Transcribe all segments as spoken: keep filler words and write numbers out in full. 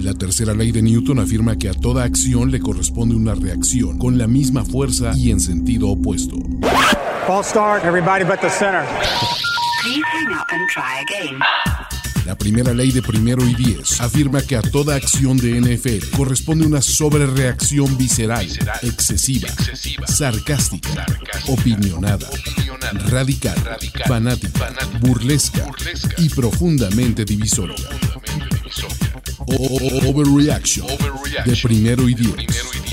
La tercera ley de Newton afirma que a toda acción le corresponde una reacción con la misma fuerza y en sentido opuesto. False start, everybody but the center. Please hang up and try again. La primera ley de primero y diez afirma que a toda acción de N F L corresponde una sobrereacción visceral, visceral excesiva, excesiva, sarcástica, sarcástica opinionada, opinionada, radical, radical fanática, fanática, burlesca, burlesca y profundamente divisoria. Profundamente divisoria. Overreaction, Overreaction de primero y diez.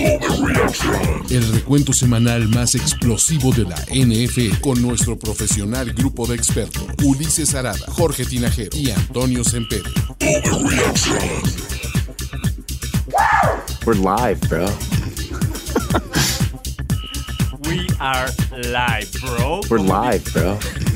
El recuento semanal más explosivo de la N F L con nuestro profesional grupo de expertos Ulises Arada, Jorge Tinajero y Antonio Sempere. We're live, bro. We are live, bro. We're live, bro.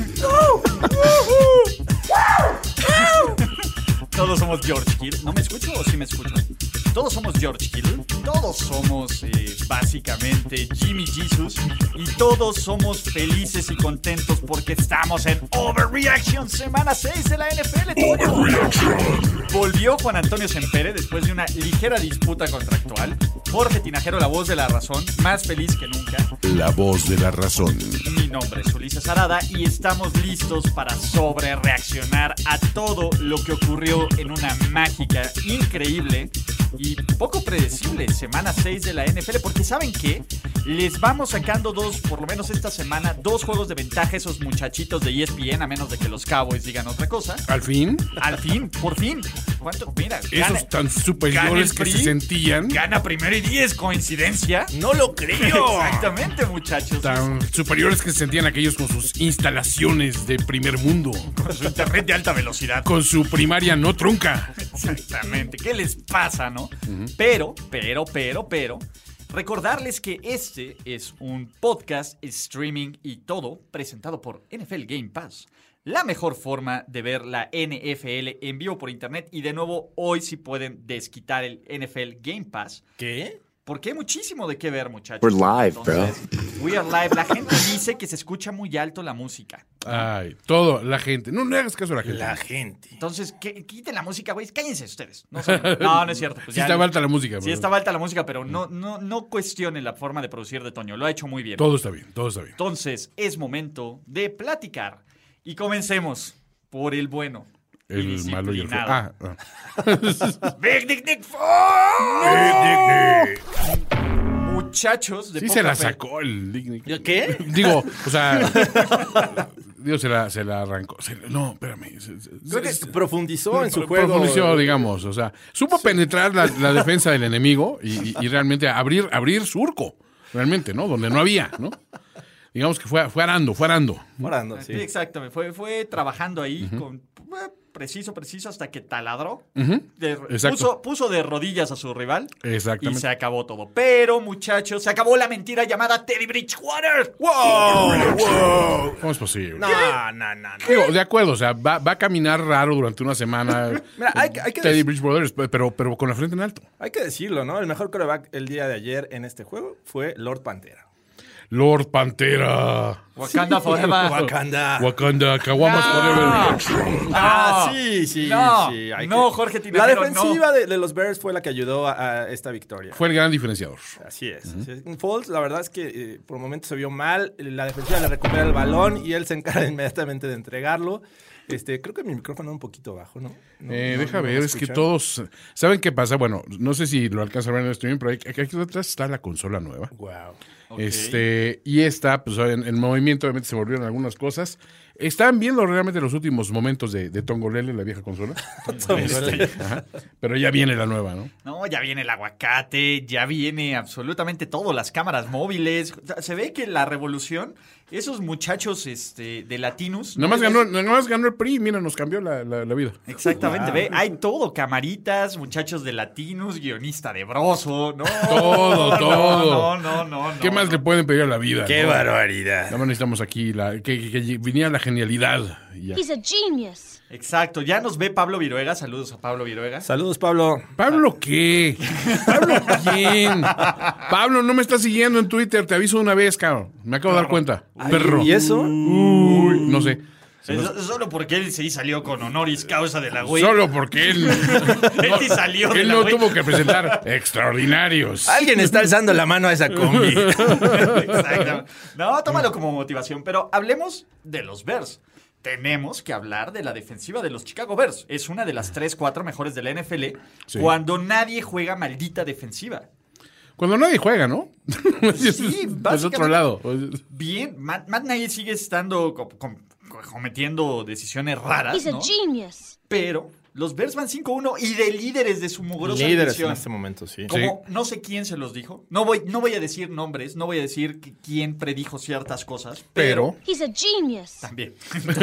Todos somos George Hill. ¿No me escucho o sí me escucho? Todos somos George Hill. Todos somos eh, básicamente Jimmy Jesus. Y todos somos felices y contentos porque estamos en Overreaction, semana seis de la N F L. Volvió Juan Antonio Sempere después de una ligera disputa contractual. Jorge Tinajero, la voz de la razón, más feliz que nunca. La voz de la razón. Mi nombre es Ulises Arada y estamos listos para sobrereaccionar a todo lo que ocurrió en una mágica, increíble y poco predecible semana seis de la N F L, porque ¿saben qué? Les vamos sacando dos, por lo menos esta semana, dos juegos de ventaja a esos muchachitos de E S P N, a menos de que los Cowboys digan otra cosa. ¿Al fin? Al fin, por fin. ¿Cuánto? Mira, esos gana, tan superiores que se sentían. Gana primero y diez, ¿coincidencia? No lo creo. Exactamente, muchachos. Tan superiores que se sentían aquellos con sus instalaciones de primer mundo. Con su internet de alta velocidad. Con su primaria no trunca. Exactamente. ¿Qué les pasa, no? Uh-huh. Pero, pero, pero, pero... recordarles que este es un podcast, streaming y todo presentado por N F L Game Pass. La mejor forma de ver la N F L en vivo por internet. Y de nuevo, hoy sí pueden desquitar el N F L Game Pass. ¿Qué? Porque hay muchísimo de qué ver, muchachos. We're live, Entonces, bro. We are live. La gente dice que se escucha muy alto la música. Ay, todo, la gente. No, no hagas caso a la gente. La gente. Entonces, que, quiten la música, güey. Cállense ustedes. No, son, no, no es cierto. Pues sí ya, estaba alta la música. Sí bro. estaba alta la música, pero no, no, no cuestionen la forma de producir de Toño. Lo ha hecho muy bien. Todo está bien, todo está bien. Entonces, es momento de platicar. Y comencemos por el bueno. El malo y el feo. Ah, ah. Big Dick Nick Big Dick Nick. Muchachos de sí poca se la fe. sacó el Dick Nick. ¿Qué? Digo, o sea, digo, se la, se la arrancó. Se, no, espérame. Se, se, Creo que se, profundizó en su pro, juego. Profundizó, digamos, o sea, supo sí. penetrar la, la defensa del enemigo y, y, y realmente abrir, abrir surco, realmente, ¿no? Donde no había, ¿no? Digamos que fue, fue arando, fue arando. Fue arando, sí. Sí, exactamente. Fue, fue trabajando ahí uh-huh. con... preciso, preciso, hasta que taladró. Uh-huh. De, puso, puso de rodillas a su rival. Exactamente. Y se acabó todo. Pero, muchachos, se acabó la mentira llamada Teddy Bridgewater. ¡Wow! ¡Wow! ¿Cómo es posible? No, no, no, no. Digo, de acuerdo, o sea, va, va a caminar raro durante una semana. Mira, hay, hay que Teddy decir, Bridgewater, pero, pero con la frente en alto. Hay que decirlo, ¿no? El mejor quarterback el día de ayer en este juego fue Lord Pantera. Lord Pantera. Wakanda sí. Forever. Wakanda. Wakanda, Caguamas no. Forever. No. Ah, sí, sí, no. sí. Hay no, que... Jorge Tinajero, La defensiva no. de, de los Bears fue la que ayudó a, a esta victoria. Fue el gran diferenciador. Así es. Uh-huh. Así es. Foles, la verdad es que eh, por momentos se vio mal. La defensiva le recupera el balón y él se encarga inmediatamente de entregarlo. Este, creo que mi micrófono es un poquito bajo, ¿no? no eh, no, deja no ver, es que todos... ¿Saben qué pasa? Bueno, no sé si lo alcanzan a ver en el streaming, pero aquí, aquí atrás está la consola nueva. Wow. Okay. Este, y esta, pues en, en movimiento obviamente se volvieron algunas cosas. ¿Están viendo realmente los últimos momentos de, de Tongolele, la vieja consola? este, ajá, pero ya viene la nueva, ¿no? No, ya viene el aguacate, ya viene absolutamente todo, las cámaras móviles. Se ve que la revolución, esos muchachos este, de Latinos... Nomás, ¿no? ganó, nomás ganó el P R I, mira, nos cambió la, la, la vida. Exactamente, wow. ve, hay todo, camaritas, muchachos de Latinos, guionista de Broso, ¿no? Todo, todo. No, no, no, no. ¿Qué no, más no. le pueden pedir a la vida? ¡Qué ¿no? barbaridad! Nada más necesitamos aquí la, que, que, que viniera la genialidad. Ya. He's a genius. Exacto, ya nos ve Pablo Viruega, saludos a Pablo Viruega. Saludos, Pablo. ¿Pablo qué? ¿Pablo quién? Pablo, no me estás siguiendo en Twitter, te aviso una vez, cabrón. Me acabo de dar cuenta. Ay, Perro. ¿Y eso? Uy, no sé. Es- Solo porque él sí salió con honoris causa de la güey. Solo porque él, Él sí salió de él la no güey. tuvo que presentar extraordinarios. Alguien está alzando la mano a esa combi. Exacto. No, tómalo como motivación, pero hablemos de los Bears. Tenemos que hablar de la defensiva de los Chicago Bears. Es una de las tres, cuatro mejores de la N F L Sí. cuando nadie juega maldita defensiva. Cuando nadie juega, ¿no? Sí, Es básicamente. otro lado. Bien, Matt, Matt Nagy sigue estando co- com- cometiendo decisiones raras, He's a ¿no? genius. Pero los Bears van cinco uno y de líderes de su mugrosa Líderes en división. este momento, sí. Como no sé quién se los dijo. No voy, no voy a decir nombres, no voy a decir que- quién predijo ciertas cosas, pero, Pero, He's a genius. también.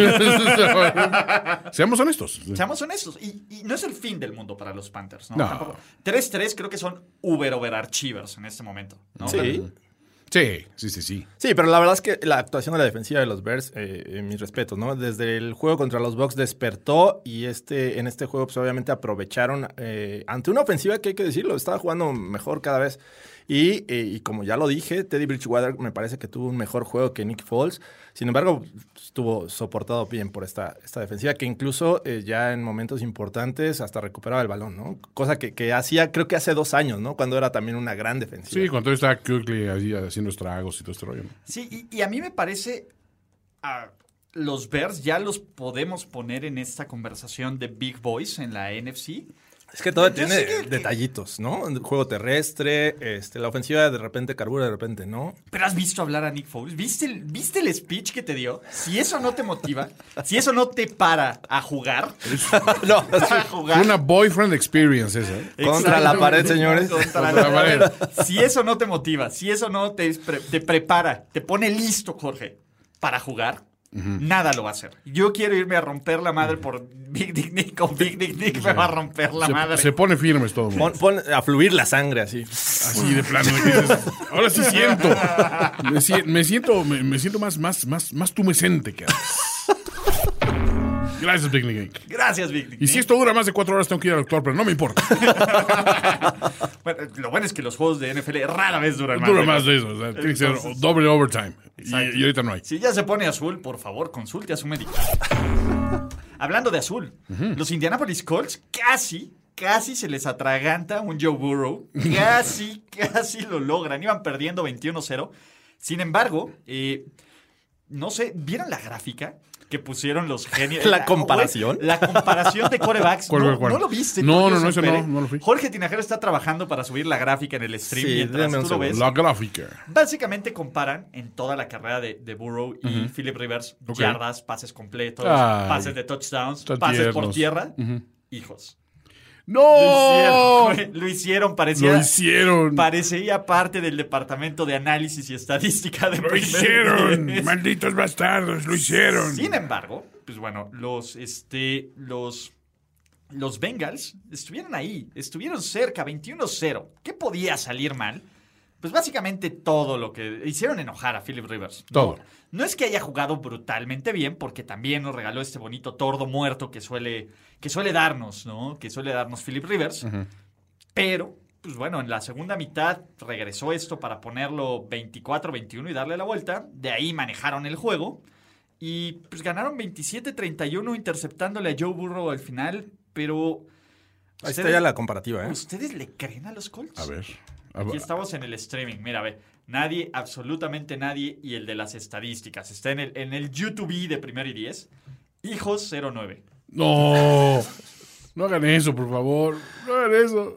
seamos honestos. Seamos honestos. Y, y no es el fin del mundo para los Panthers, ¿no? No. Tampoco. tres tres creo que son uber over archivers en este momento, ¿no? Sí. Sí, sí, sí, sí. Sí, pero la verdad es que la actuación de la defensiva de los Bears, eh, eh, mis respetos, ¿no? Desde el juego contra los Bucks despertó y este, en este juego pues obviamente aprovecharon eh, ante una ofensiva que hay que decirlo, estaba jugando mejor cada vez. Y, eh, y como ya lo dije, Teddy Bridgewater me parece que tuvo un mejor juego que Nick Foles. Sin embargo, estuvo soportado bien por esta, esta defensiva que incluso eh, ya en momentos importantes hasta recuperaba el balón, ¿no? Cosa que, que hacía creo que hace dos años, ¿no? Cuando era también una gran defensiva. Sí, cuando estaba Kuechly ahí haciendo estragos y todo este rollo. ¿no? Sí, y, y a mí me parece a los Bears ya los podemos poner en esta conversación de Big Boys en la N F C. Es que todo Yo tiene sé que- detallitos, ¿no? El juego terrestre, este, la ofensiva de repente carbura, de repente no. Pero has visto hablar a Nick Foles, ¿viste el, ¿viste el speech que te dio? Si eso no te motiva, si eso no te para a jugar, No, a jugar. Fue una boyfriend experience esa. ¿eh? Contra la pared, señores. Contra Contra la pared. Si eso no te motiva, si eso no te, pre- te prepara, te pone listo, Jorge, para jugar, nada lo va a hacer. Yo quiero irme a romper la madre por Big Dick Nick, con Big Dick Nick me va a romper la Se, madre. se pone firmes todo el mundo. Pon, pon a fluir la sangre así. Así de plano. de que dices, ahora sí siento. Me, si- me siento, me, me siento más, más, más, más tumescente que antes. Gracias, Big Nick. Gracias, Big Dick Y si Nick. esto dura más de cuatro horas, tengo que ir al doctor, pero no me importa. Bueno, lo bueno es que los juegos de N F L rara vez duran más. Dura de- más de eso. O sea, tiene que ser Entonces- doble overtime. Y, Exacto. y ahorita no hay. Si ya se pone azul, por favor, consulte a su médico. Hablando de azul, los Indianapolis Colts casi, casi se les atraganta un Joe Burrow. Casi, casi lo logran. Iban perdiendo veintiuno cero. Sin embargo, eh, no sé, ¿vieron la gráfica que pusieron los genios? ¿La comparación? La comparación de corebacks. ¿Cuál, no, cuál, cuál? ¿No lo viste? No, tú, no, no, Joseph ese no, Pérez? no lo vi. Jorge Tinajero está trabajando para subir la gráfica en el stream Sí, mientras denme un tú lo ves. La gráfica. Básicamente comparan en toda la carrera de, de Burrow y Philip Rivers Ok. yardas, pases completos, Ay. pases de touchdowns, Tan pases por tiernos. tierra. Hijos. Lo ¡No! hicieron, lo hicieron, parecía, Lo hicieron. parecía parte del departamento de análisis y estadística de Lo primer hicieron. diez. Malditos bastardos, lo hicieron. Sin embargo, pues bueno, los, este, los, los Bengals estuvieron ahí, estuvieron cerca, veintiuno cero. ¿Qué podía salir mal? Pues básicamente todo lo que hicieron enojar a Philip Rivers. ¿no? Todo. No es que haya jugado brutalmente bien, porque también nos regaló este bonito tordo muerto que suele, que suele darnos, ¿no? Que suele darnos Philip Rivers. Pero, pues bueno, en la segunda mitad regresó esto para ponerlo veinticuatro veintiuno y darle la vuelta. De ahí manejaron el juego. Y pues ganaron veintisiete treinta y uno interceptándole a Joe Burrow al final. Pero... Ahí está ¿ustedes- ya la comparativa, ¿eh? ¿Ustedes le creen a los Colts? A ver. A Aquí ver. estamos en el streaming. Mira, ve. Nadie, absolutamente nadie. Y el de las estadísticas. Está en el, en el YouTube de Primero y Diez. Hijos cero nueve. No. No hagan eso, por favor. No hagan eso.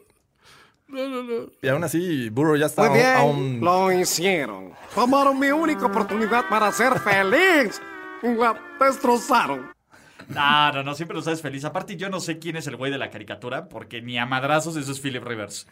No, no, no. Y aún así, Burrow ya está Muy bien, a un... lo hicieron. Tomaron mi única oportunidad para ser feliz. La destrozaron. No, no, no, siempre lo sabes feliz. Aparte, yo no sé quién es el güey de la caricatura, porque ni a madrazos eso es Philip Rivers.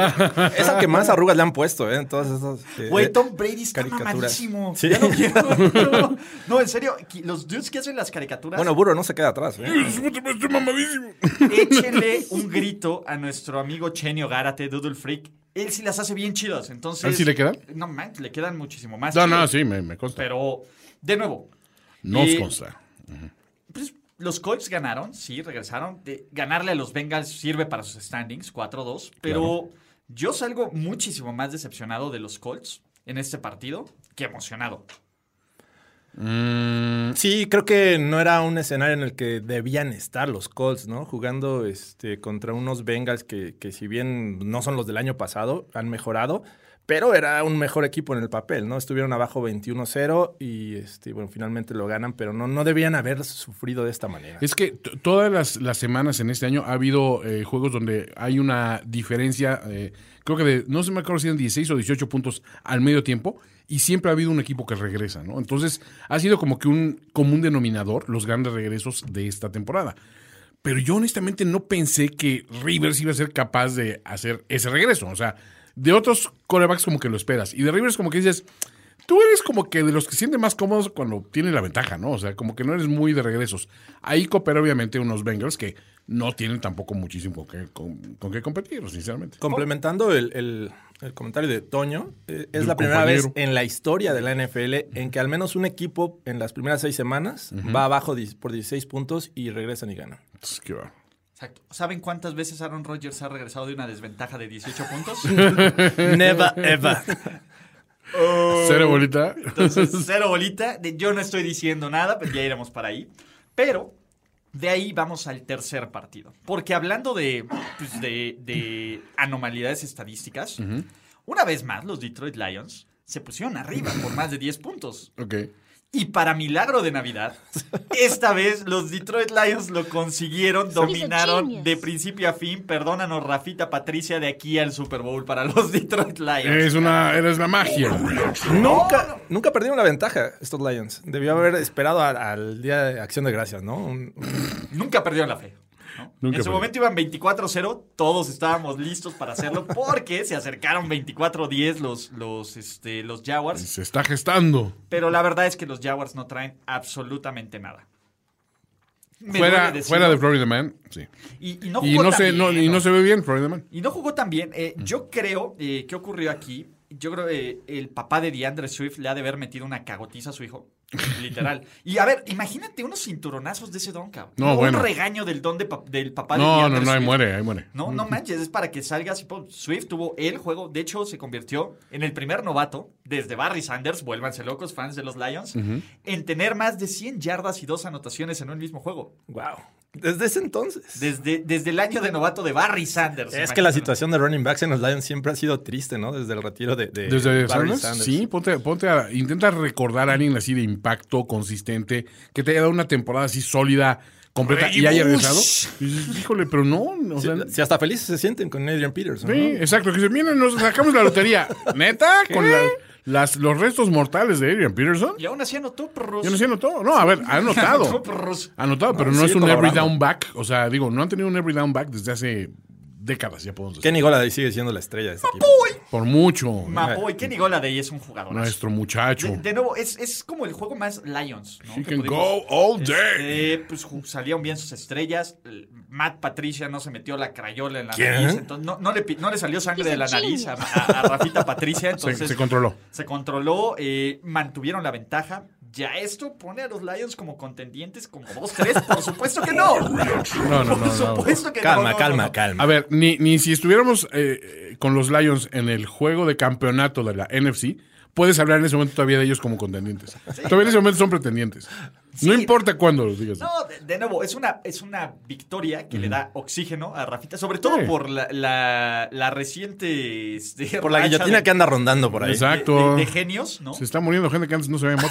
Es al que más arrugas le han puesto, ¿eh? En todas esas... eh, Güey, eh, Tom Brady está caricaturas. mamadísimo. Sí. Ya no quiero. No, no, en serio, qui- los dudes que hacen las caricaturas, Bueno, Burrow no se queda atrás, ¿eh? Estoy mamadísimo. échenle un grito a nuestro amigo Chenio Gárate, Doodle Freak. Él sí las hace bien chidas, entonces... ¿A él sí le quedan? No, man, le quedan muchísimo más No, no, chidas. sí, me, me consta. Pero, de nuevo, Nos eh, consta. pues, los Colts ganaron, sí, regresaron. De- ganarle a los Bengals sirve para sus standings, cuatro dos. Pero yo salgo muchísimo más decepcionado de los Colts en este partido que emocionado. Mm, sí, creo que no era un escenario en el que debían estar los Colts, ¿no? Jugando este, contra unos Bengals que, que si bien no son los del año pasado, han mejorado, pero era un mejor equipo en el papel, ¿no? Estuvieron abajo veintiuno cero y este, bueno, finalmente lo ganan, pero no, no debían haber sufrido de esta manera. Es que t- todas las, las semanas en este año ha habido eh, juegos donde hay una diferencia, eh, creo que de, no sé me acuerdo si eran dieciséis o dieciocho puntos al medio tiempo, y siempre ha habido un equipo que regresa, ¿no? Entonces ha sido como que un común denominador los grandes regresos de esta temporada. Pero yo honestamente no pensé que Rivers iba a ser capaz de hacer ese regreso, o sea, de otros quarterbacks como que lo esperas. Y de Rivers como que dices, tú eres como que de los que se sienten más cómodos cuando tienen la ventaja, ¿no? O sea, como que no eres muy de regresos. Ahí coopera obviamente unos Bengals que no tienen tampoco muchísimo con qué, con, con qué competir, sinceramente. Complementando el, el, el comentario de Toño, eh, es Del la primera compañero. vez en la historia de la N F L en que al menos un equipo en las primeras seis semanas uh-huh. va abajo di- por dieciséis puntos y regresan y ganan. Pues, qué va. Exacto. ¿Saben cuántas veces Aaron Rodgers ha regresado de una desventaja de dieciocho puntos? Never ever. Oh. Cero bolita. Entonces, cero bolita. De, yo no estoy diciendo nada, pues ya iremos para ahí. Pero de ahí vamos al tercer partido. Porque hablando de, pues de, de anomalidades estadísticas, uh-huh. una vez más los Detroit Lions se pusieron arriba por más de diez puntos. Ok. Y para milagro de Navidad, esta vez los Detroit Lions lo consiguieron, dominaron de principio a fin. Perdónanos, Rafita Patricia, de aquí al Super Bowl para los Detroit Lions. Es una, eres la magia. Nunca, no. nunca perdieron la ventaja estos Lions. Debió haber esperado a, al Día de Acción de Gracias, ¿no? Un, un... Nunca perdieron la fe. ¿no? Nunca en su perdió. momento iban veinticuatro cero, todos estábamos listos para hacerlo porque se acercaron veinticuatro diez los, los, este, los Jaguars. Se está gestando. Pero la verdad es que los Jaguars no traen absolutamente nada. Me Fuera, duele fuera decirlo. de Florida Man, sí. Y, y no jugó Y no, tan se, no, bien, y ¿no? no se ve bien Florida Man. Y no jugó tan bien. Eh, yo creo eh, que ocurrió aquí. Yo creo que eh, el papá de DeAndre Swift le ha de haber metido una cagotiza a su hijo. Literal. Y a ver, imagínate unos cinturonazos de ese don, cabrón. No, un bueno. regaño del don de pa- del papá de No, DeAndre no, no, ahí Swift. muere, ahí muere. No, no manches, es para que salga así. pues, Swift tuvo el juego. De hecho, se convirtió en el primer novato desde Barry Sanders, vuélvanse locos, fans de los Lions, uh-huh. en tener más de cien yardas y dos anotaciones en un mismo juego. Wow. Desde ese entonces. Desde, desde el año de novato de Barry Sanders. Es imagínate. que la situación de running backs en los Lions siempre ha sido triste, ¿no? Desde el retiro de, de Desde Barry Sanders, Sanders. sí, ponte, ponte a, intenta recordar a alguien así de impacto, consistente, que te haya dado una temporada así sólida, completa Reggie y haya Bush. regresado. Y dices, híjole, pero no, o Si, sea, si hasta felices se sienten con Adrian Peterson, sí, ¿no? exacto, que se miren, nos sacamos la lotería, neta, con la- las, los restos mortales de Adrian Peterson. Y aún así anotó, perros. Yo no sé, anotó. No, a ver, ha anotado. Anotó, perros. Anotado, pero No, no es sigue un every colaborando. down back. O sea, digo, no han tenido un every down back desde hace décadas, ya podemos decir. Kenny Golladay sigue siendo la estrella de este equipo. Por mucho. Mapoy, Kenny Golladay es un jugador. Nuestro muchacho. De, de nuevo, es, es como el juego más Lions, ¿no? He Que can pudimos- go all day. Este, pues ju- salieron bien sus estrellas. El- Matt Patricia no se metió la crayola en la ¿Quién? nariz. Entonces no, no, le, pi- no le salió sangre de la nariz a, a- a Rafita Patricia. Se, Entonces se controló. se controló, eh, mantuvieron la ventaja. Ya esto pone a los Lions como contendientes como dos tres. Por supuesto que no. No, no, no, Por no. supuesto que Calma, no. no, calma, no. calma. A ver, ni, ni si estuviéramos eh, con los Lions en el juego de campeonato de la N F C, puedes hablar en ese momento todavía de ellos como contendientes. Todavía en ese momento son pretendientes. Sí. No importa cuándo los digas. No, de, de nuevo, es una, es una victoria que le da oxígeno a Rafita, sobre todo Sí. por la, la, la reciente... este, Por la racha guillotina de- que anda rondando por ahí. de- Exacto. De, de genios, ¿no? Se está muriendo gente que antes no se veía en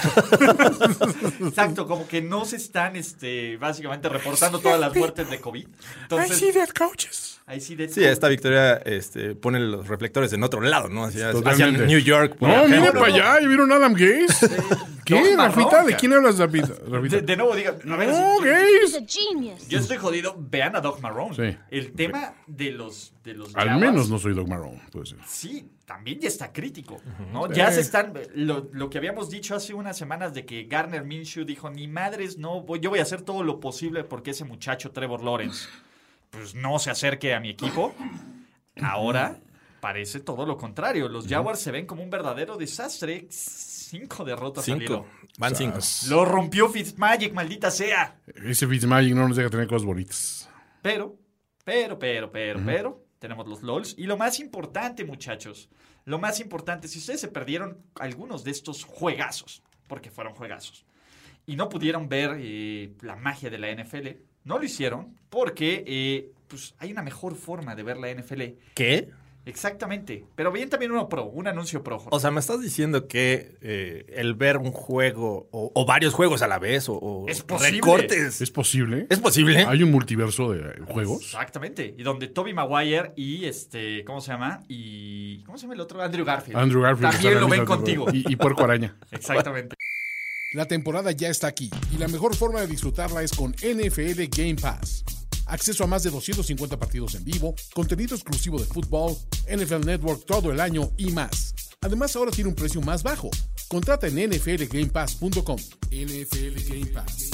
moto. Exacto, como que no se están este, básicamente reportando todas las muertes de COVID. Entonces, that coaches. ahí sí de Sí, esta victoria este, pone los reflectores en otro lado, ¿no? Hacia, hacia Totalmente. New York. por No, ejemplo. miren para allá, ¿y vieron a Adam Gaze? ¿Qué, Dos Rafita? marrón, ¿De quién hablas, Rafita? Rafita? de, de nuevo diga, a ver, No, si- He's Gaze. a genius. yo estoy jodido, vean a Doc Marrone. Sí. El tema de los, de los Al Jaguars, menos no soy Doug Marrone, puede ser. sí, también ya está crítico, ¿no? Ya se están, lo, lo que habíamos dicho hace unas semanas de que Garner Minshew dijo, ni madres, no, voy, yo voy a hacer todo lo posible porque ese muchacho Trevor Lawrence, pues no se acerque a mi equipo. Ahora parece todo lo contrario, los Jaguars se ven como un verdadero desastre, cinco derrotas al hilo. Cinco. Van cinco. Lo rompió Fitzmagic, maldita sea. Ese Fitzmagic no nos deja tener cosas bonitas. Pero, pero, pero, pero, pero, tenemos los LOLs. Y lo más importante, muchachos, lo más importante, si ustedes se perdieron algunos de estos juegazos, porque fueron juegazos, y no pudieron ver eh, la magia de la N F L, no lo hicieron porque eh, pues hay una mejor forma de ver la N F L. ¿Qué? Exactamente. Pero bien también uno pro, un anuncio pro. Jorge. O sea, me estás diciendo que eh, el ver un juego o, o varios juegos a la vez o, o Es posible. recortes. ¿Es posible? ¿Es posible? ¿Hay un multiverso de juegos? Exactamente. Y donde Tobey Maguire y este, ¿cómo se llama? Y ¿cómo se llama el otro? Andrew Garfield. Andrew Garfield. También está lo en la ven misma contigo. temporada. Y, y Puerco Araña. Exactamente. La temporada ya está aquí y la mejor forma de disfrutarla es con N F L Game Pass. Acceso a más de doscientos cincuenta partidos en vivo, contenido exclusivo de fútbol, N F L Network todo el año y más. Además, ahora tiene un precio más bajo. Contrata en N F L Game Pass punto com. N F L Game Pass.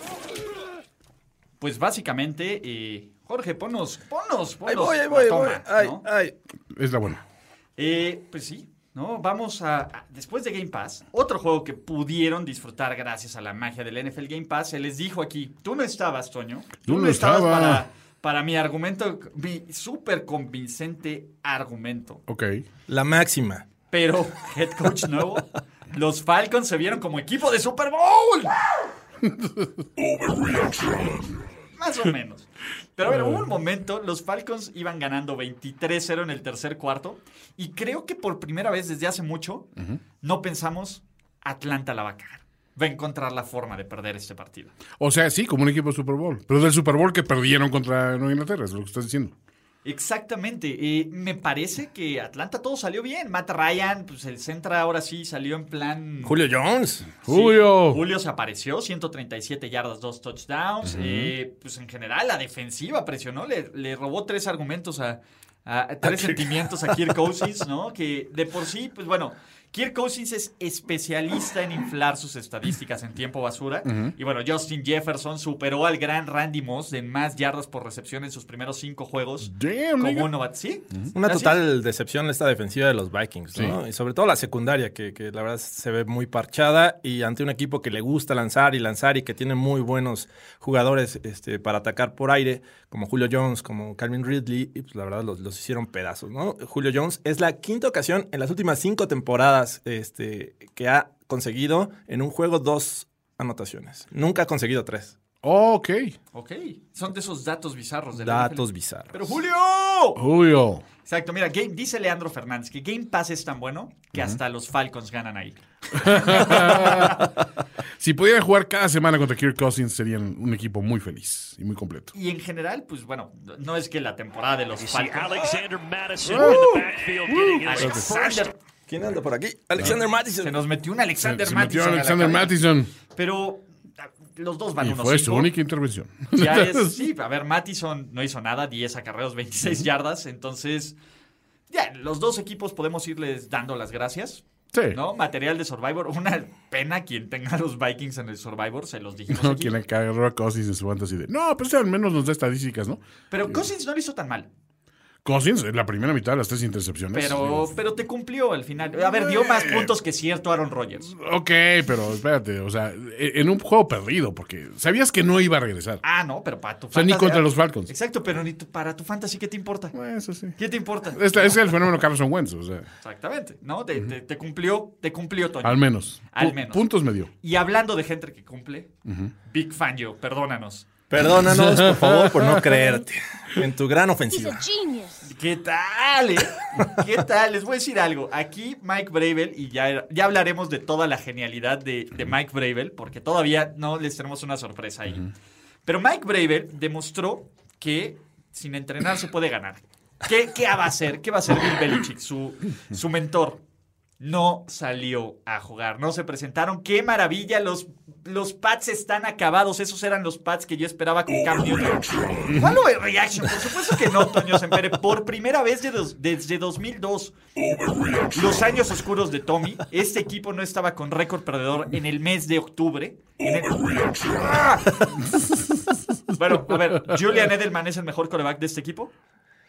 Pues básicamente, eh, Jorge, ponnos, ponnos, ponnos. Ahí voy, ahí la voy, ahí toma, voy. Ay, ¿no? ay. Es la buena. Eh, pues sí, ¿no? Vamos a, a- Después de Game Pass, otro juego que pudieron disfrutar gracias a la magia del N F L Game Pass, se les dijo aquí, tú no estabas, Toño. Tú Yo no estabas estaba. para, para mi argumento, mi súper convincente argumento. Ok. La máxima. Pero, head coach nuevo, los Falcons se vieron como equipo de Super Bowl. Más o menos. Pero a ver, hubo un momento, los Falcons iban ganando veintitrés cero en el tercer cuarto y creo que por primera vez desde hace mucho no pensamos Atlanta la va a cagar. Va a encontrar la forma de perder este partido. O sea, sí, como un equipo de Super Bowl. Pero del Super Bowl que perdieron contra Nueva Inglaterra, es lo que estás diciendo. Exactamente. Eh, me parece que Atlanta todo salió bien. Matt Ryan, pues el Centra ahora sí salió en plan... Julio Jones. Sí, Julio. Julio se apareció, ciento treinta y siete yardas, dos touchdowns. Eh, pues en general la defensiva presionó, le, le robó tres argumentos a, a- a tres sentimientos a Kirk Cousins, ¿no? Que de por sí, pues bueno, Kirk Cousins es especialista en inflar sus estadísticas en tiempo basura. Y bueno, Justin Jefferson superó al gran Randy Moss en más yardas por recepción en sus primeros cinco juegos. Damn, como nigga. un novato. ¿Sí? Una ¿Así? total decepción esta defensiva de los Vikings, ¿no? Y sobre todo la secundaria, que, que la verdad se ve muy parchada y ante un equipo que le gusta lanzar y lanzar y que tiene muy buenos jugadores este, para atacar por aire, como Julio Jones, como Calvin Ridley, y pues la verdad los, los hicieron pedazos, ¿no? Julio Jones es la quinta ocasión en las últimas cinco temporadas este, que ha conseguido en un juego dos anotaciones. Nunca ha conseguido tres. Oh, ok. Ok. Son de esos datos bizarros. De la Datos N F L. bizarros. Pero Julio... Julio. Exacto, mira, Game- dice Leandro Fernández que Game Pass es tan bueno que hasta los Falcons ganan ahí. Si pudieran jugar cada semana contra Kirk Cousins, serían un equipo muy feliz y muy completo. Y en general, pues bueno, no es que la temporada de los Falcons... Alexander Madison in the backfield getting his first. Alexander, ¿Quién anda por aquí? Alexander se Madison. nos metió un Se, Alexander se metió Mattison a la Alexander cabeza. Mattison Pero ah, los dos van y uno fue su cinco. única intervención. Ya es, sí, a ver, Mattison no hizo nada, diez acarreos, veintiséis yardas, entonces ya, los dos equipos podemos irles dando las gracias. Sí. ¿No? Material de Survivor. Una pena quien tenga a los Vikings en el Survivor, se los dijimos No, aquí. quien le agarró a Cousins en su fantasy de, no, pero ese al menos nos da estadísticas, ¿no? Pero Cousins no lo hizo tan mal. Cousins, en la primera mitad de las tres intercepciones. Pero, pero te cumplió al final. A ver, dio más puntos que cierto Aaron Rodgers. Ok, pero espérate, o sea, en un juego perdido, porque sabías que no iba a regresar. Ah, no, pero para tu O sea, ni fantasy- contra los Falcons. Exacto, pero ni tu- para tu fantasy, ¿qué te importa? Bueno, eso sí. ¿Qué te importa? Este es el fenómeno Carson Wentz, o sea, Exactamente, ¿no? Te, te- te cumplió, te cumplió, Toño. al menos. Al Pu- menos. Puntos me dio. Y hablando de gente que cumple, Big Fan yo, perdónanos. Perdónanos, por favor, por no creerte en tu gran ofensiva. ¿Qué tal, eh? ¿Qué tal? Les voy a decir algo. Aquí Mike Bravel, y ya, ya hablaremos de toda la genialidad de, de Mike Bravel, porque todavía no les tenemos una sorpresa ahí. Pero Mike Bravel demostró que sin entrenar se puede ganar. ¿Qué, qué va a hacer? ¿Qué va a hacer Bill Belichick, su, su mentor? No salió a jugar, no se presentaron. ¡Qué maravilla! Los, los Pats están acabados. Esos eran los Pats que yo esperaba con Cam Newton. ¿Cuál overreaction? Por supuesto que no, Toño Sempere. Por primera vez de dos- desde dos mil dos, los años oscuros de Tommy, este equipo no estaba con récord perdedor en el mes de octubre. En el- ¡Ah! Bueno, a ver, ¿Julian Edelman es el mejor quarterback de este equipo?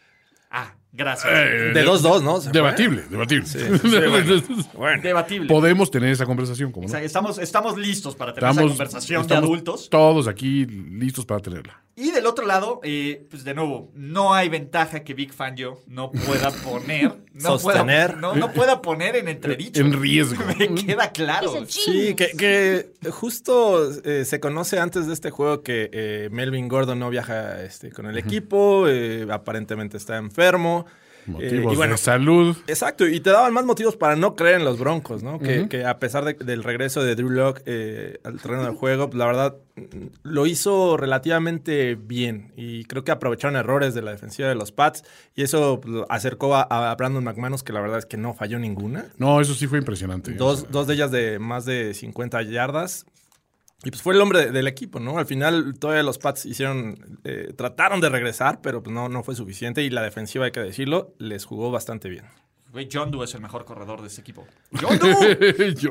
Ah, gracias. Eh, De dos dos, ¿no? ¿Se Debatible, debatible. Sí, sí, bueno. Bueno. Debatible. Podemos tener esa conversación, ¿cómo O no? sea, estamos, estamos listos para tener Estamos- esa conversación estamos de adultos. Todos aquí listos para tenerla. Y del otro lado, eh, pues de nuevo, no hay ventaja que Big Fangio no pueda poner, no Sostener. pueda, no, no pueda poner en entredicho. En riesgo. Me queda claro. Sí, que, que justo eh, se conoce antes de este juego que eh, Melvin Gordon no viaja este, con el equipo, eh, aparentemente está enfermo. Motivos Eh, y bueno, de salud. exacto, y te daban más motivos para no creer en los Broncos, ¿no? Que, que a pesar de- del regreso de Drew Lock eh, al terreno del juego, pues, la verdad mm, lo hizo relativamente bien y creo que aprovecharon errores de la defensiva de los Pats y eso pues, lo acercó a, a Brandon McManus, que la verdad es que no falló ninguna. No, eso sí fue impresionante. Dos, O sea, dos de ellas de más de cincuenta yardas. Y pues fue el hombre de- del equipo, ¿no? Al final todavía los Pats hicieron, eh, trataron de regresar, pero pues no, no fue suficiente. Y la defensiva, hay que decirlo, les jugó bastante bien. Güey, John Doe es el mejor corredor de ese equipo. ¡John Doe! Yo-